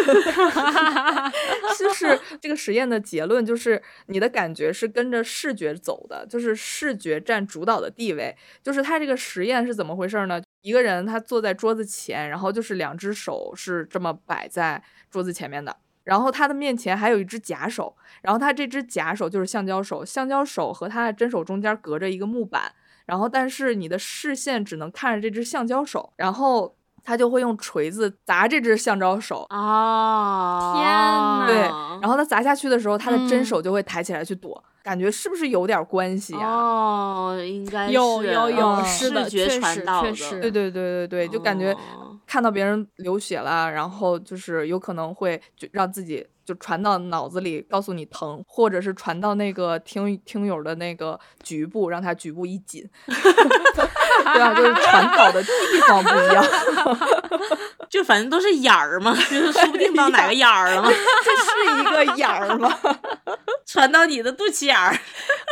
B: 就是这个实验的结论就是你的感觉是跟着视觉走的，就是视觉占主导的地位。就是他这个实验是怎么回事呢？一个人他坐在桌子前，然后就是2只手是这么摆在桌子前面的，然后他的面前还有一只假手，然后他这只假手就是橡胶手，橡胶手和他的真手中间隔着一个木板，然后但是你的视线只能看着这只橡胶手，然后他就会用锤子砸这只橡胶手。
C: 天哪！
B: 对，然后他砸下去的时候，他的真手就会抬起来去躲。感觉是不是有点关系啊？
A: 应该是
C: 有，是的，
A: 视觉传导的。
B: 对，就感觉看到别人流血了，然后就是有可能会就让自己就传到脑子里，告诉你疼，或者是传到那个听友的那个局部，让他局部一紧。对啊，就是传导的地方不一样。
A: 就反正都是眼儿嘛，就是说不定到哪个眼儿了嘛。
B: 这是一个眼儿吗？
A: 传到你的肚脐眼儿。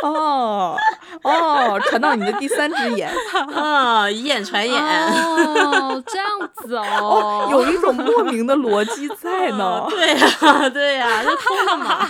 B: 传到你的第3只眼。
A: 以眼传眼。
C: 这样子
B: 有一种莫名的逻辑在呢。
A: 对呀，就通了嘛。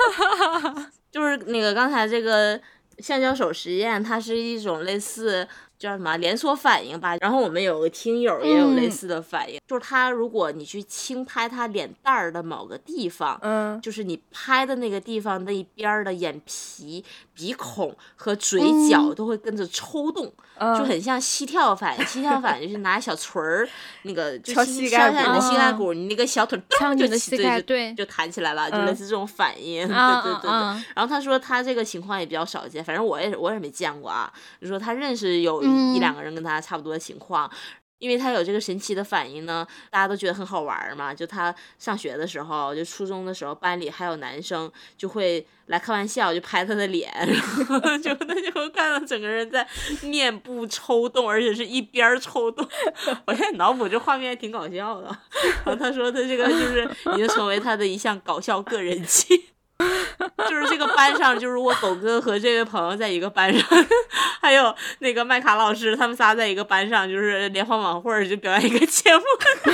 A: 就是那个刚才这个橡胶手实验，它是一种类似叫什么连锁反应吧。然后我们有个听友也有类似的反应，就是他如果你去轻拍他脸蛋儿的某个地方，就是你拍的那个地方那一边的眼皮、鼻孔和嘴角都会跟着抽动，就很像膝跳反应。膝跳反应就是拿小锤儿那个就
B: 敲膝盖骨，
A: 你的膝盖骨，你那个小腿
C: 敲你的膝盖，对，
A: 就弹起来了，就类似这种反应。对。然后他说他这个情况也比较少见，反正我也没见过啊。就说他认识有一两个人跟他差不多的情况。因为他有这个神奇的反应呢，大家都觉得很好玩嘛。就他上学的时候，就初中的时候，班里还有男生就会来开玩笑，就拍他的脸，然后他就会看到整个人在面部抽动，而且是一边抽动。我现在脑补这画面还挺搞笑的。然后他说他这个就是已经成为他的一项搞笑个人技。就是这个班上，就是我狗哥和这位朋友在一个班上，还有那个麦卡老师，他们仨在一个班上，就是联欢晚会就表演一个节目。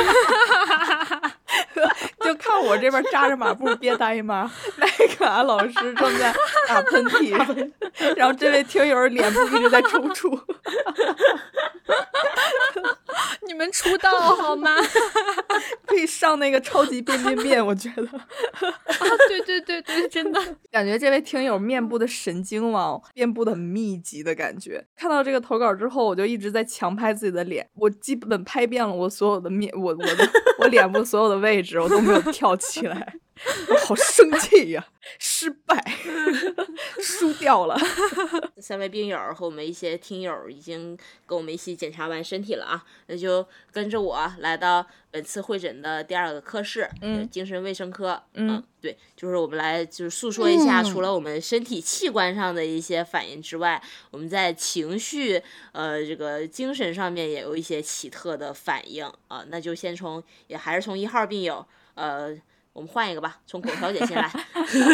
B: 就看我这边扎着马步憋呆吗？麦卡老师正在打喷嚏，然后这位听友脸部一直在抽搐。
C: 你们出道好吗？
B: 可以上那个超级变变变，我觉得。
C: 对，真的
B: 感觉这位听友面部的神经网遍布的很密集的感觉。看到这个投稿之后，我就一直在强拍自己的脸，我基本拍遍了我所有的我脸部所有的位置，我都没有跳起来。我好生气呀！失败，输掉了。
A: 三位病友和我们一些听友已经跟我们一起检查完身体了啊，那就跟着我来到本次会诊的第2个科室，精神卫生科。对，就是我们来就是诉说一下，除了我们身体器官上的一些反应之外，我们在情绪这个精神上面也有一些奇特的反应啊。那就先还是从1号病友我们换一个吧，从狗小姐先来。
C: 还是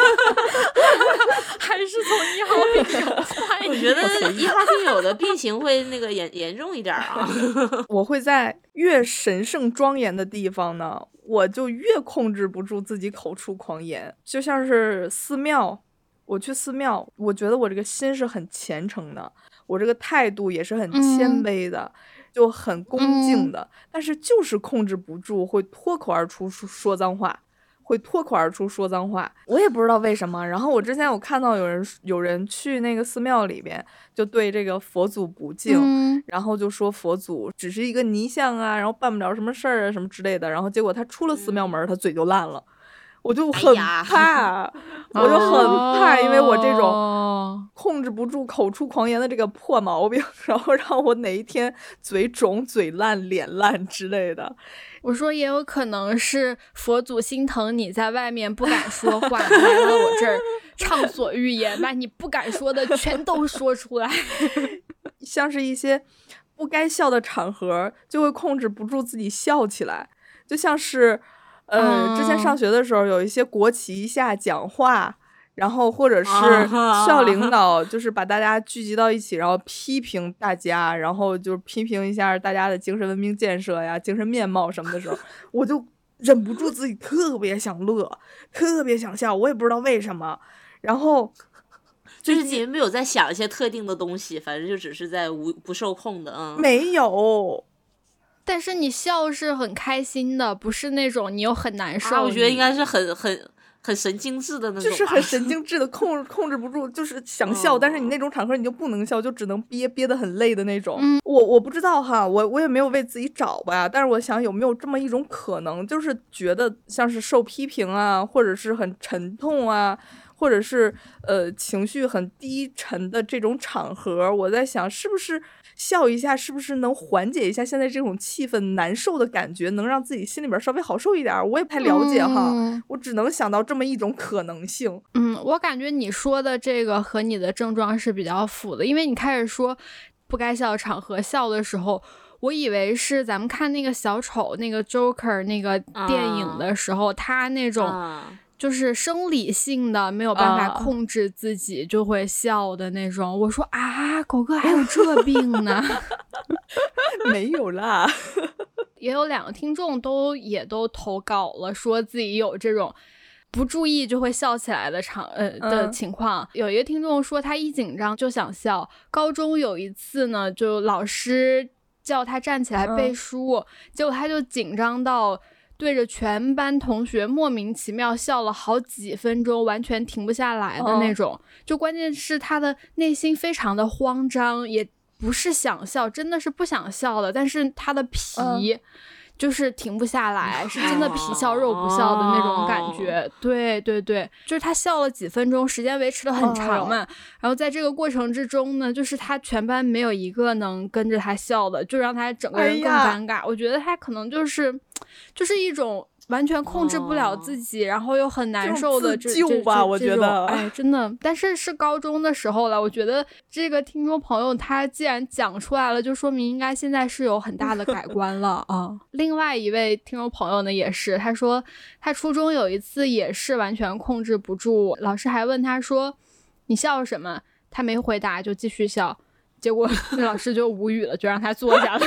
C: 从1号病友换一个。
A: 我觉得1号病友的病情会那个严重一点啊。
B: 我会在越神圣庄严的地方呢，我就越控制不住自己口出狂言。就像是寺庙，我去寺庙，我觉得我这个心是很虔诚的，我这个态度也是很谦卑的。就很恭敬的，但是就是控制不住，会脱口而出说脏话，我也不知道为什么。然后我之前有看到有人去那个寺庙里边，就对这个佛祖不敬，然后就说佛祖只是一个泥像啊，然后办不了什么事儿啊什么之类的。然后结果他出了寺庙门，他嘴就烂了。我就很怕，因为我这种控制不住口出狂言的这个破毛病，然后让我哪一天嘴肿、嘴烂、脸烂之类的。
C: 我说也有可能是佛祖心疼你在外面不敢说话，来了我这儿畅所欲言，把你不敢说的全都说出来。
B: 像是一些不该笑的场合，就会控制不住自己笑起来，就像是。之前上学的时候有一些国旗下讲话，然后或者是学校领导就是把大家聚集到一起，然后批评大家，然后就批评一下大家的精神文明建设呀、精神面貌什么的时候，我就忍不住自己特别想乐，特别想笑，我也不知道为什么。然后
A: 就是你没有在想一些特定的东西，反正就只是在不受控的。
B: 没有。
C: 但是你笑是很开心的，不是那种你又很难受。
A: 我觉得应该是很神经质的那种，
B: 就是很神经质的控制不住，就是想笑，但是你那种场合你就不能笑，就只能憋得很累的那种。我不知道哈，我也没有为自己找吧，但是我想有没有这么一种可能，就是觉得像是受批评啊，或者是很沉痛啊，或者是情绪很低沉的这种场合，我在想是不是笑一下是不是能缓解一下现在这种气氛难受的感觉，能让自己心里边稍微好受一点。我也不太了解哈，我只能想到这么一种可能性。
C: 我感觉你说的这个和你的症状是比较符的，因为你开始说不该笑的场合笑的时候，我以为是咱们看那个小丑那个 Joker 那个电影的时候，他那种就是生理性的没有办法控制自己就会笑的那种。我说啊，狗哥还有这病呢？
B: 没有啦。
C: 也有2个听众也都投稿了，说自己有这种不注意就会笑起来的的情况。有一个听众说他一紧张就想笑，高中有一次呢，就老师叫他站起来背书，结果他就紧张到对着全班同学莫名其妙笑了好几分钟，完全停不下来的那种。就关键是他的内心非常的慌张，也不是想笑，真的是不想笑的，但是他的皮就是停不下来，是真的皮笑肉不笑的那种感觉。对对对，就是他笑了几分钟，时间维持得很长嘛。然后在这个过程之中呢，就是他全班没有一个能跟着他笑的，就让他整个人更尴尬。我觉得他可能就是一种完全控制不了自己，然后又很难受的
B: 自救吧，我觉得，
C: 哎，真的。但是是高中的时候了，我觉得这个听众朋友他既然讲出来了，就说明应该现在是有很大的改观了啊。另外一位听众朋友呢，也是，他说他初中有一次也是完全控制不住，老师还问他说你笑什么，他没回答就继续笑，结果那老师就无语了，就让他坐下了。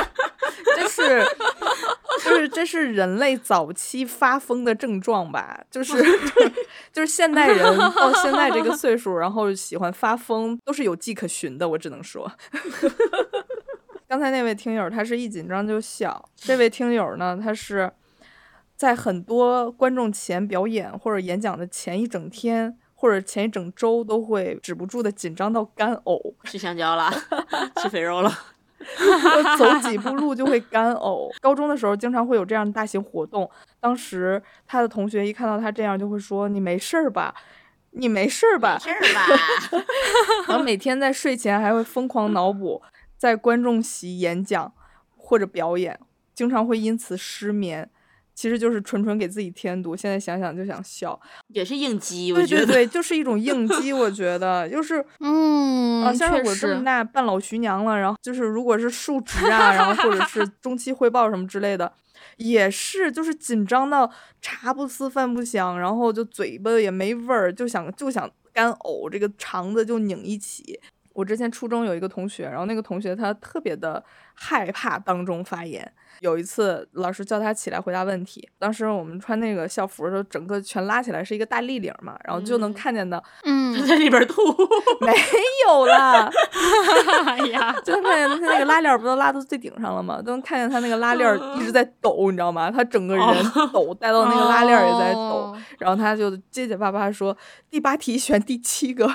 B: 这是人类早期发疯的症状吧，就是现代人到现在这个岁数，然后喜欢发疯都是有迹可循的，我只能说。刚才那位听友他是一紧张就笑，这位听友呢，他是在很多观众前表演或者演讲的前一整天或者前一整周都会止不住的紧张到干呕，
A: 吃香蕉了，吃肥肉了。
B: 走几步路就会干呕。高中的时候经常会有这样的大型活动，当时他的同学一看到他这样就会说你没事吧，你没事吧，
A: 没事吧。
B: 然后每天在睡前还会疯狂脑补在观众席演讲或者表演，经常会因此失眠，其实就是纯纯给自己添堵。现在想想就想笑，
A: 也是应激，我觉得。
B: 对对对，就是一种应激。我觉得就是像是我这么大半老徐娘了，然后就是如果是述职啊，然后或者是中期汇报什么之类的，也是就是紧张到茶不思饭不想，然后就嘴巴也没味儿，就想干呕，这个肠子就拧一起。我之前初中有一个同学，然后那个同学他特别的害怕当众发言。有一次老师叫他起来回答问题，当时我们穿那个校服的时候整个全拉起来是一个大立领嘛，然后就能看见的
A: 他在里边吐。
B: 没有啦。
C: 哎呀，
B: 就能看见他那个拉链不都拉到最顶上了吗？都能看见他那个拉链一直在抖，你知道吗？他整个人抖带到那个拉链也在抖，然后他就结结巴巴说第8题选第7个。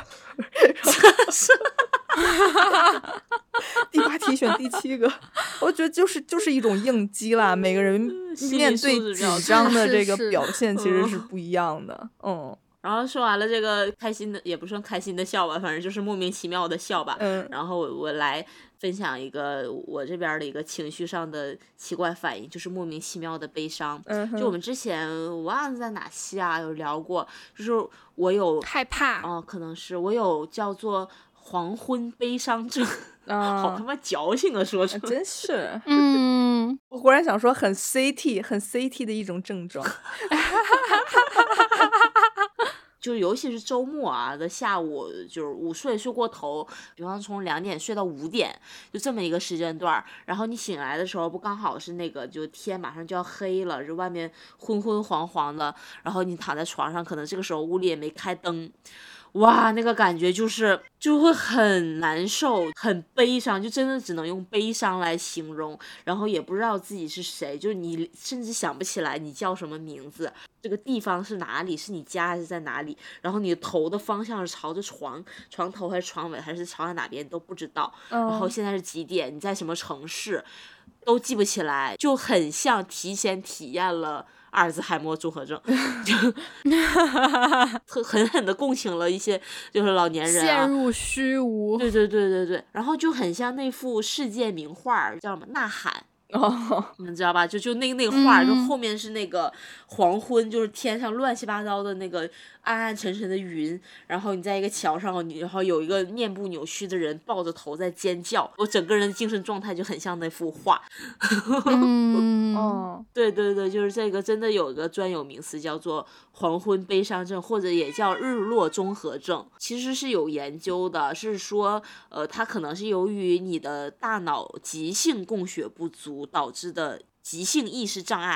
B: 第8题选第7个，我觉得就是一种应激啦。每个人面对紧张的这个表现其实是不一样的。
A: 然后说完了这个开心的，也不算开心的笑吧，反正就是莫名其妙的笑吧。然后我来分享一个我这边的一个情绪上的奇怪反应，就是莫名其妙的悲伤。就我们之前我忘了在哪期啊有聊过，就是我有
C: 害怕
A: 可能是我有叫做黄昏悲伤症。好他妈矫情啊，说出来
B: 真是。我忽然想说很 CT 的一种症状。
A: 就尤其是周末啊的下午，就是午睡过头，比方从2点睡到5点，就这么一个时间段，然后你醒来的时候不刚好是那个就天马上就要黑了，就外面昏昏黄黄的，然后你躺在床上，可能这个时候屋里也没开灯，哇，那个感觉就会很难受，很悲伤，就真的只能用悲伤来形容，然后也不知道自己是谁，就是你甚至想不起来你叫什么名字，这个地方是哪里，是你家还是在哪里，然后你的头的方向是朝着床头还是床尾还是朝向哪边都不知道，然后现在是几点，你在什么城市都记不起来，就很像提前体验了阿尔兹海默综合症，就狠狠的共情了一些就是老年人
C: 陷入虚无。
A: 对，然后就很像那幅世界名画叫什么《呐喊》。你们知道吧？就那个画，就后面是那个黄昏，就是天上乱七八糟的那个暗暗沉沉的云，然后你在一个桥上，然后有一个面部扭曲的人抱着头在尖叫，我整个人的精神状态就很像那幅画。对，就是这个真的有一个专有名词叫做黄昏悲伤症，或者也叫日落综合症，其实是有研究的，是说它可能是由于你的大脑急性供血不足导致的急性意识障碍。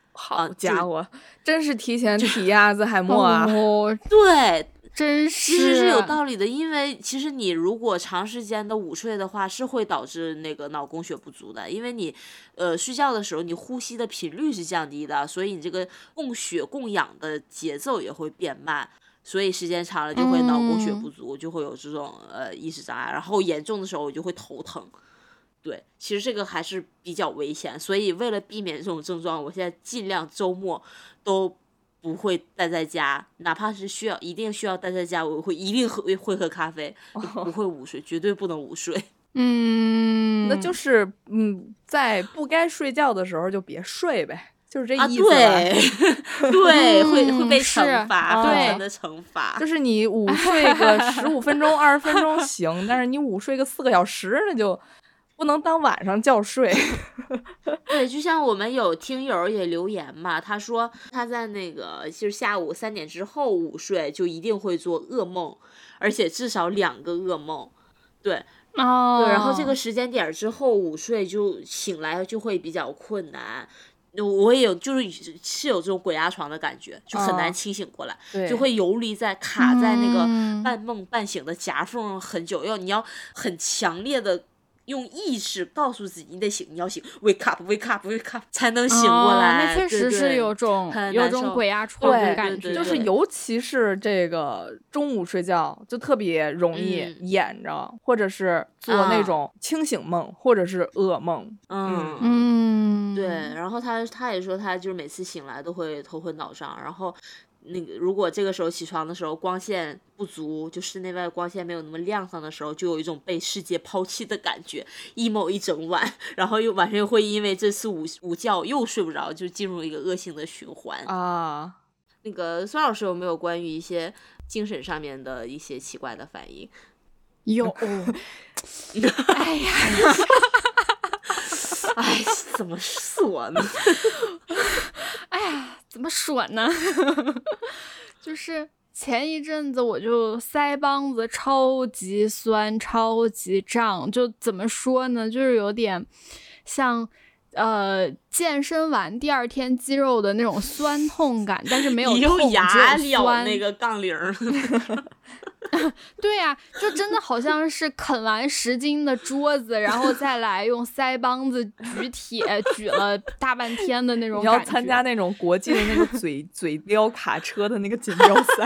B: 好家伙，真是提前体阿兹海默啊！
A: 对，
C: 真
A: 其实是有道理的，因为其实你如果长时间的午睡的话，是会导致那个脑供血不足的，因为你睡觉的时候你呼吸的频率是降低的，所以你这个供血供氧的节奏也会变慢，所以时间长了就会脑供血不足，就会有这种意识障碍，然后严重的时候就会头疼。对，其实这个还是比较危险，所以为了避免这种症状，我现在尽量周末都不会待在家，哪怕是一定需要待在家，我一定会喝咖啡，不会午睡，绝对不能午睡。
B: 那就是在不该睡觉的时候就别睡呗，就是这意思
A: 对，会被惩罚，
C: 对
A: 真的惩罚。
B: 就是你午睡个15分钟、20分钟行，但是你午睡个4个小时，那就不能当晚上觉睡。
A: 对，就像我们有听友也留言嘛，他说他在那个就是下午3点之后午睡，就一定会做噩梦，而且至少2个噩梦。对。对，然后这个时间点之后午睡就醒来就会比较困难。我也有，是有这种鬼压床的感觉，就很难清醒过来，就会游离在卡在那个半梦半醒的夹缝很久，你要很强烈的用意识告诉自己你得醒，你要醒 ，wake up wake up wake up 才能醒过来。
C: 那确实是有种鬼压床的感觉，
B: 就是尤其是这个中午睡觉就特别容易演着，或者是做那种清醒梦，或者是噩梦。
A: 对，然后他也说他就是每次醒来都会头昏脑胀，然后那个如果这个时候起床的时候光线不足，就室内外光线没有那么亮堂的时候，就有一种被世界抛弃的感觉，emo 一整晚，然后晚上又会因为这次午觉又睡不着，就进入一个恶性的循环
B: 啊。
A: 那个孙老师有没有关于一些精神上面的一些奇怪的反应？
C: 有。哎呀。
A: 哎，怎么说呢？
C: 哎呀，怎么说呢？就是前一阵子我就腮帮子超级酸、超级胀，就怎么说呢？就是有点像健身完第2天肌肉的那种酸痛感，但是没有痛，
A: 你用牙
C: 咬
A: 那个杠铃。
C: 对呀，就真的好像是啃完10斤的桌子，然后再来用腮帮子举铁举了大半天的那种感觉。
B: 你要参加那种国际的那个嘴雕卡车的那个锦标赛。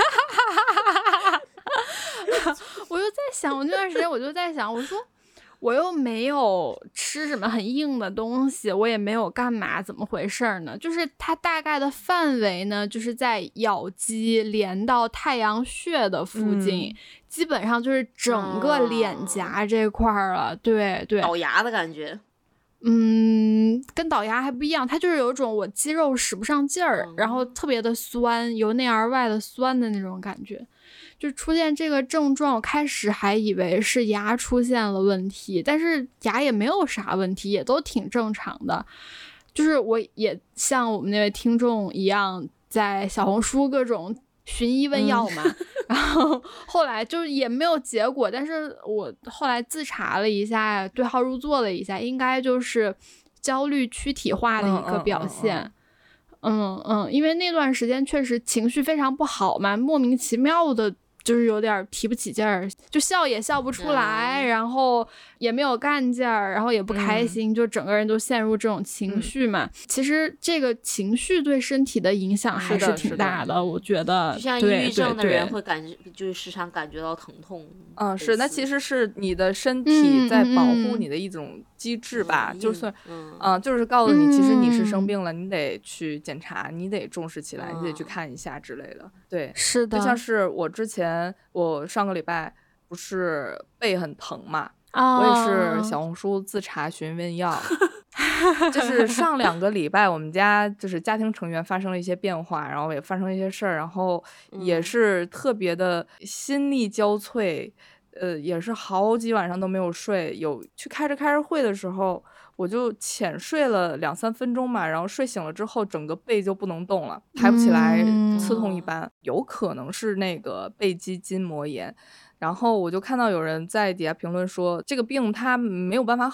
C: 我就在想，我那段时间我就在想，我说我又没有吃什么很硬的东西，我也没有干嘛，怎么回事呢？就是它大概的范围呢，就是在咬肌连到太阳穴的附近，基本上就是整个脸颊这块了。对对，
A: 倒牙的感觉。
C: 跟倒牙还不一样，它就是有种我肌肉使不上劲儿，然后特别的酸，由内而外的酸的那种感觉。就出现这个症状，我开始还以为是牙出现了问题，但是牙也没有啥问题，也都挺正常的。就是我也像我们那位听众一样，在小红书各种寻医问药嘛，然后后来就也没有结果，但是我后来自查了一下，对号入座了一下，应该就是焦虑躯体化的一个表现。因为那段时间确实情绪非常不好嘛，莫名其妙的就是有点提不起劲儿，就笑也笑不出来，然后也没有干劲儿，然后也不开心，就整个人都陷入这种情绪嘛。其实这个情绪对身体的影响还是挺大的，我觉得。
A: 就像抑郁症的人会感觉，就是时常感觉到疼痛。
B: 是，那其实是你的身体在保护你的一种机制吧，就是就是告诉你，其实你是生病了，你得去检查，你得重视起来，你得去看一下之类的。对，
C: 是的。
B: 就像是我上个礼拜不是背很疼嘛，我也是小红书自查询问药。就是上2个礼拜我们家就是家庭成员发生了一些变化，然后也发生了一些事儿，然后也是特别的心力交瘁，也是好几晚上都没有睡，有去开着会的时候我就浅睡了2-3分钟嘛，然后睡醒了之后整个背就不能动了，抬不起来，刺痛一般，有可能是那个背肌筋膜炎。然后我就看到有人在底下评论说这个病它没有办法好，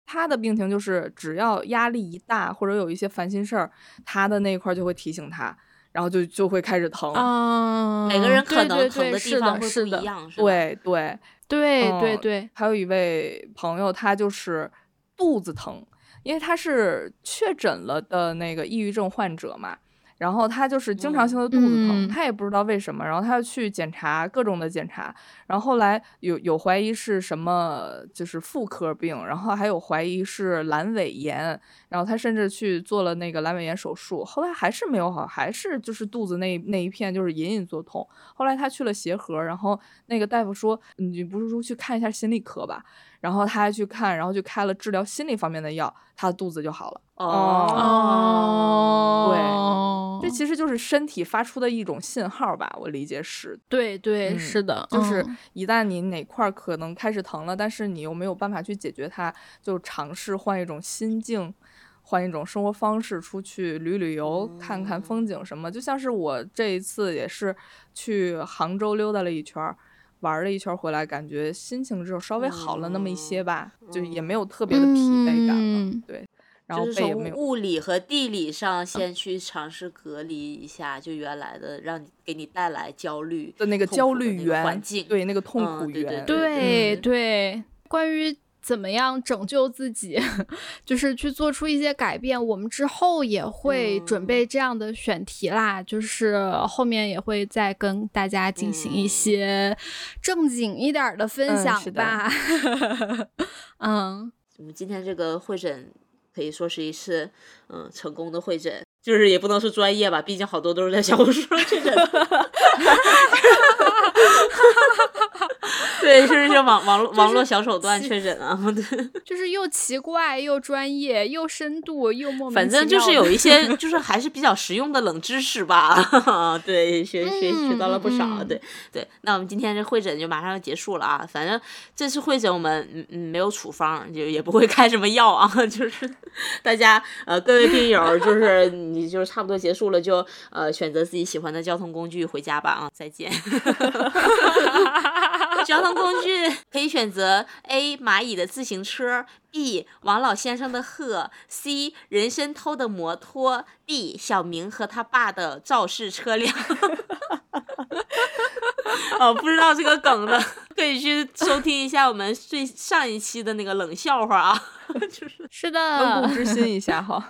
B: 他的病情就是只要压力一大或者有一些烦心事儿，他的那一块就会提醒他，然后就会开始疼。
A: 每个人可能疼
C: 的
A: 地方会不一样，是吧？
B: 对对
C: 对对。
B: 还有一位朋友，他就是肚子疼，因为他是确诊了的那个抑郁症患者嘛。然后他就是经常性的肚子疼，他也不知道为什么，然后他要去检查各种的检查，然后后来有怀疑是什么，就是妇科病，然后还有怀疑是阑尾炎，然后他甚至去做了那个阑尾炎手术，后来还是没有好，还是就是肚子那一片就是隐隐作痛。后来他去了协和，然后那个大夫说你不是说去看一下心理科吧，然后他还去看，然后就开了治疗心理方面的药，他的肚子就好了。对，这其实就是身体发出的一种信号吧，我理解是。
C: 对对，是的，
B: 就是一旦你哪块可能开始疼了，但是你又没有办法去解决它，就尝试换一种心境，换一种生活方式，出去旅游，看看风景什么。就像是我这一次也是去杭州溜达了一圈，玩了一圈回来，感觉心情只有稍微好了那么一些吧，就也没有特别的疲惫感了。对，然后
A: 就是从物理和地理上先去尝试隔离一下，就原来的给你带来焦虑
B: 的那个焦虑源
A: 环境，
B: 对那个痛苦源，
C: 对。关于怎么样拯救自己，就是去做出一些改变，我们之后也会准备这样的选题啦，就是后面也会再跟大家进行一些正经一点的分享吧。
A: 我们今天这个会诊可以说是一次成功的会诊，就是也不能说专业吧，毕竟好多都是在小红书上确诊的。对，就是这网络小手段确诊啊，对，
C: 就是又奇怪又专业又深度又莫名其妙，
A: 反正就是有一些就是还是比较实用的冷知识吧。对，学到了不少。对，那我们今天这会诊就马上要结束了啊。反正这次会诊我们没有处方，就也不会开什么药啊，就是大家各位病友，就是你就是差不多结束了就选择自己喜欢的交通工具回家吧啊，再见。交通工具可以选择 A 蚂蚁的自行车， B 王老先生的鹤， C 人参偷的摩托， D 小明和他爸的肇事车辆。不知道这个梗的可以去收听一下我们上一期的那个冷笑话啊。
C: 是的，
B: 温故知新一下哈。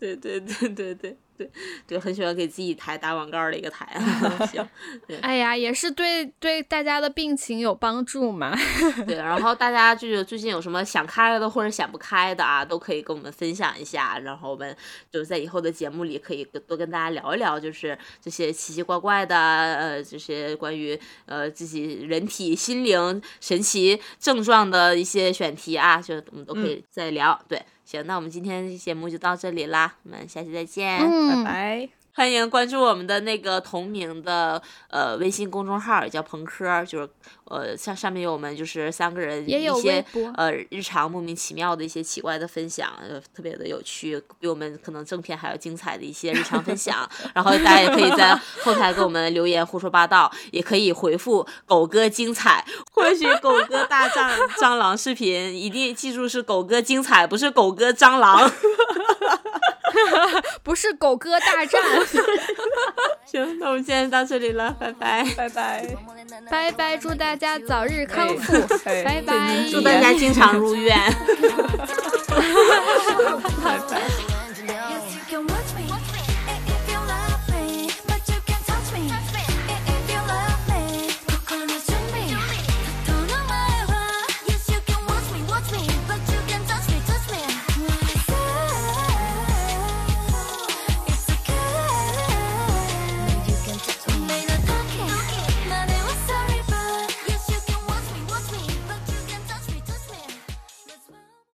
A: 对，很喜欢给自己台打广告的一个台啊。行，
C: 哎呀，也是对大家的病情有帮助嘛。
A: 对，然后大家就是最近有什么想开了的或者想不开的啊，都可以跟我们分享一下，然后我们就在以后的节目里可以多跟大家聊一聊，就是这些奇奇怪怪的这些关于自己人体心灵神奇症状的一些选题啊，就我们都可以再聊。对，行，那我们今天节目就到这里啦，我们下期再见。
B: 拜拜。
A: 欢迎关注我们的那个同名的微信公众号，也叫朋科，就是上面有我们就是3个人一些日常莫名其妙的一些奇怪的分享，特别的有趣，比我们可能正片还要精彩的一些日常分享。然后大家也可以在后台给我们留言胡说八道，也可以回复狗哥精彩，或许狗哥大蟑螂视频，一定记住是狗哥精彩，不是狗哥蟑螂。
C: 不是狗哥大战。
A: 行，那我们今天到这里了，拜拜，
B: 拜拜，
C: 拜拜，祝大家早日康复，拜拜，
A: 祝大家经常入院。
B: 拜拜。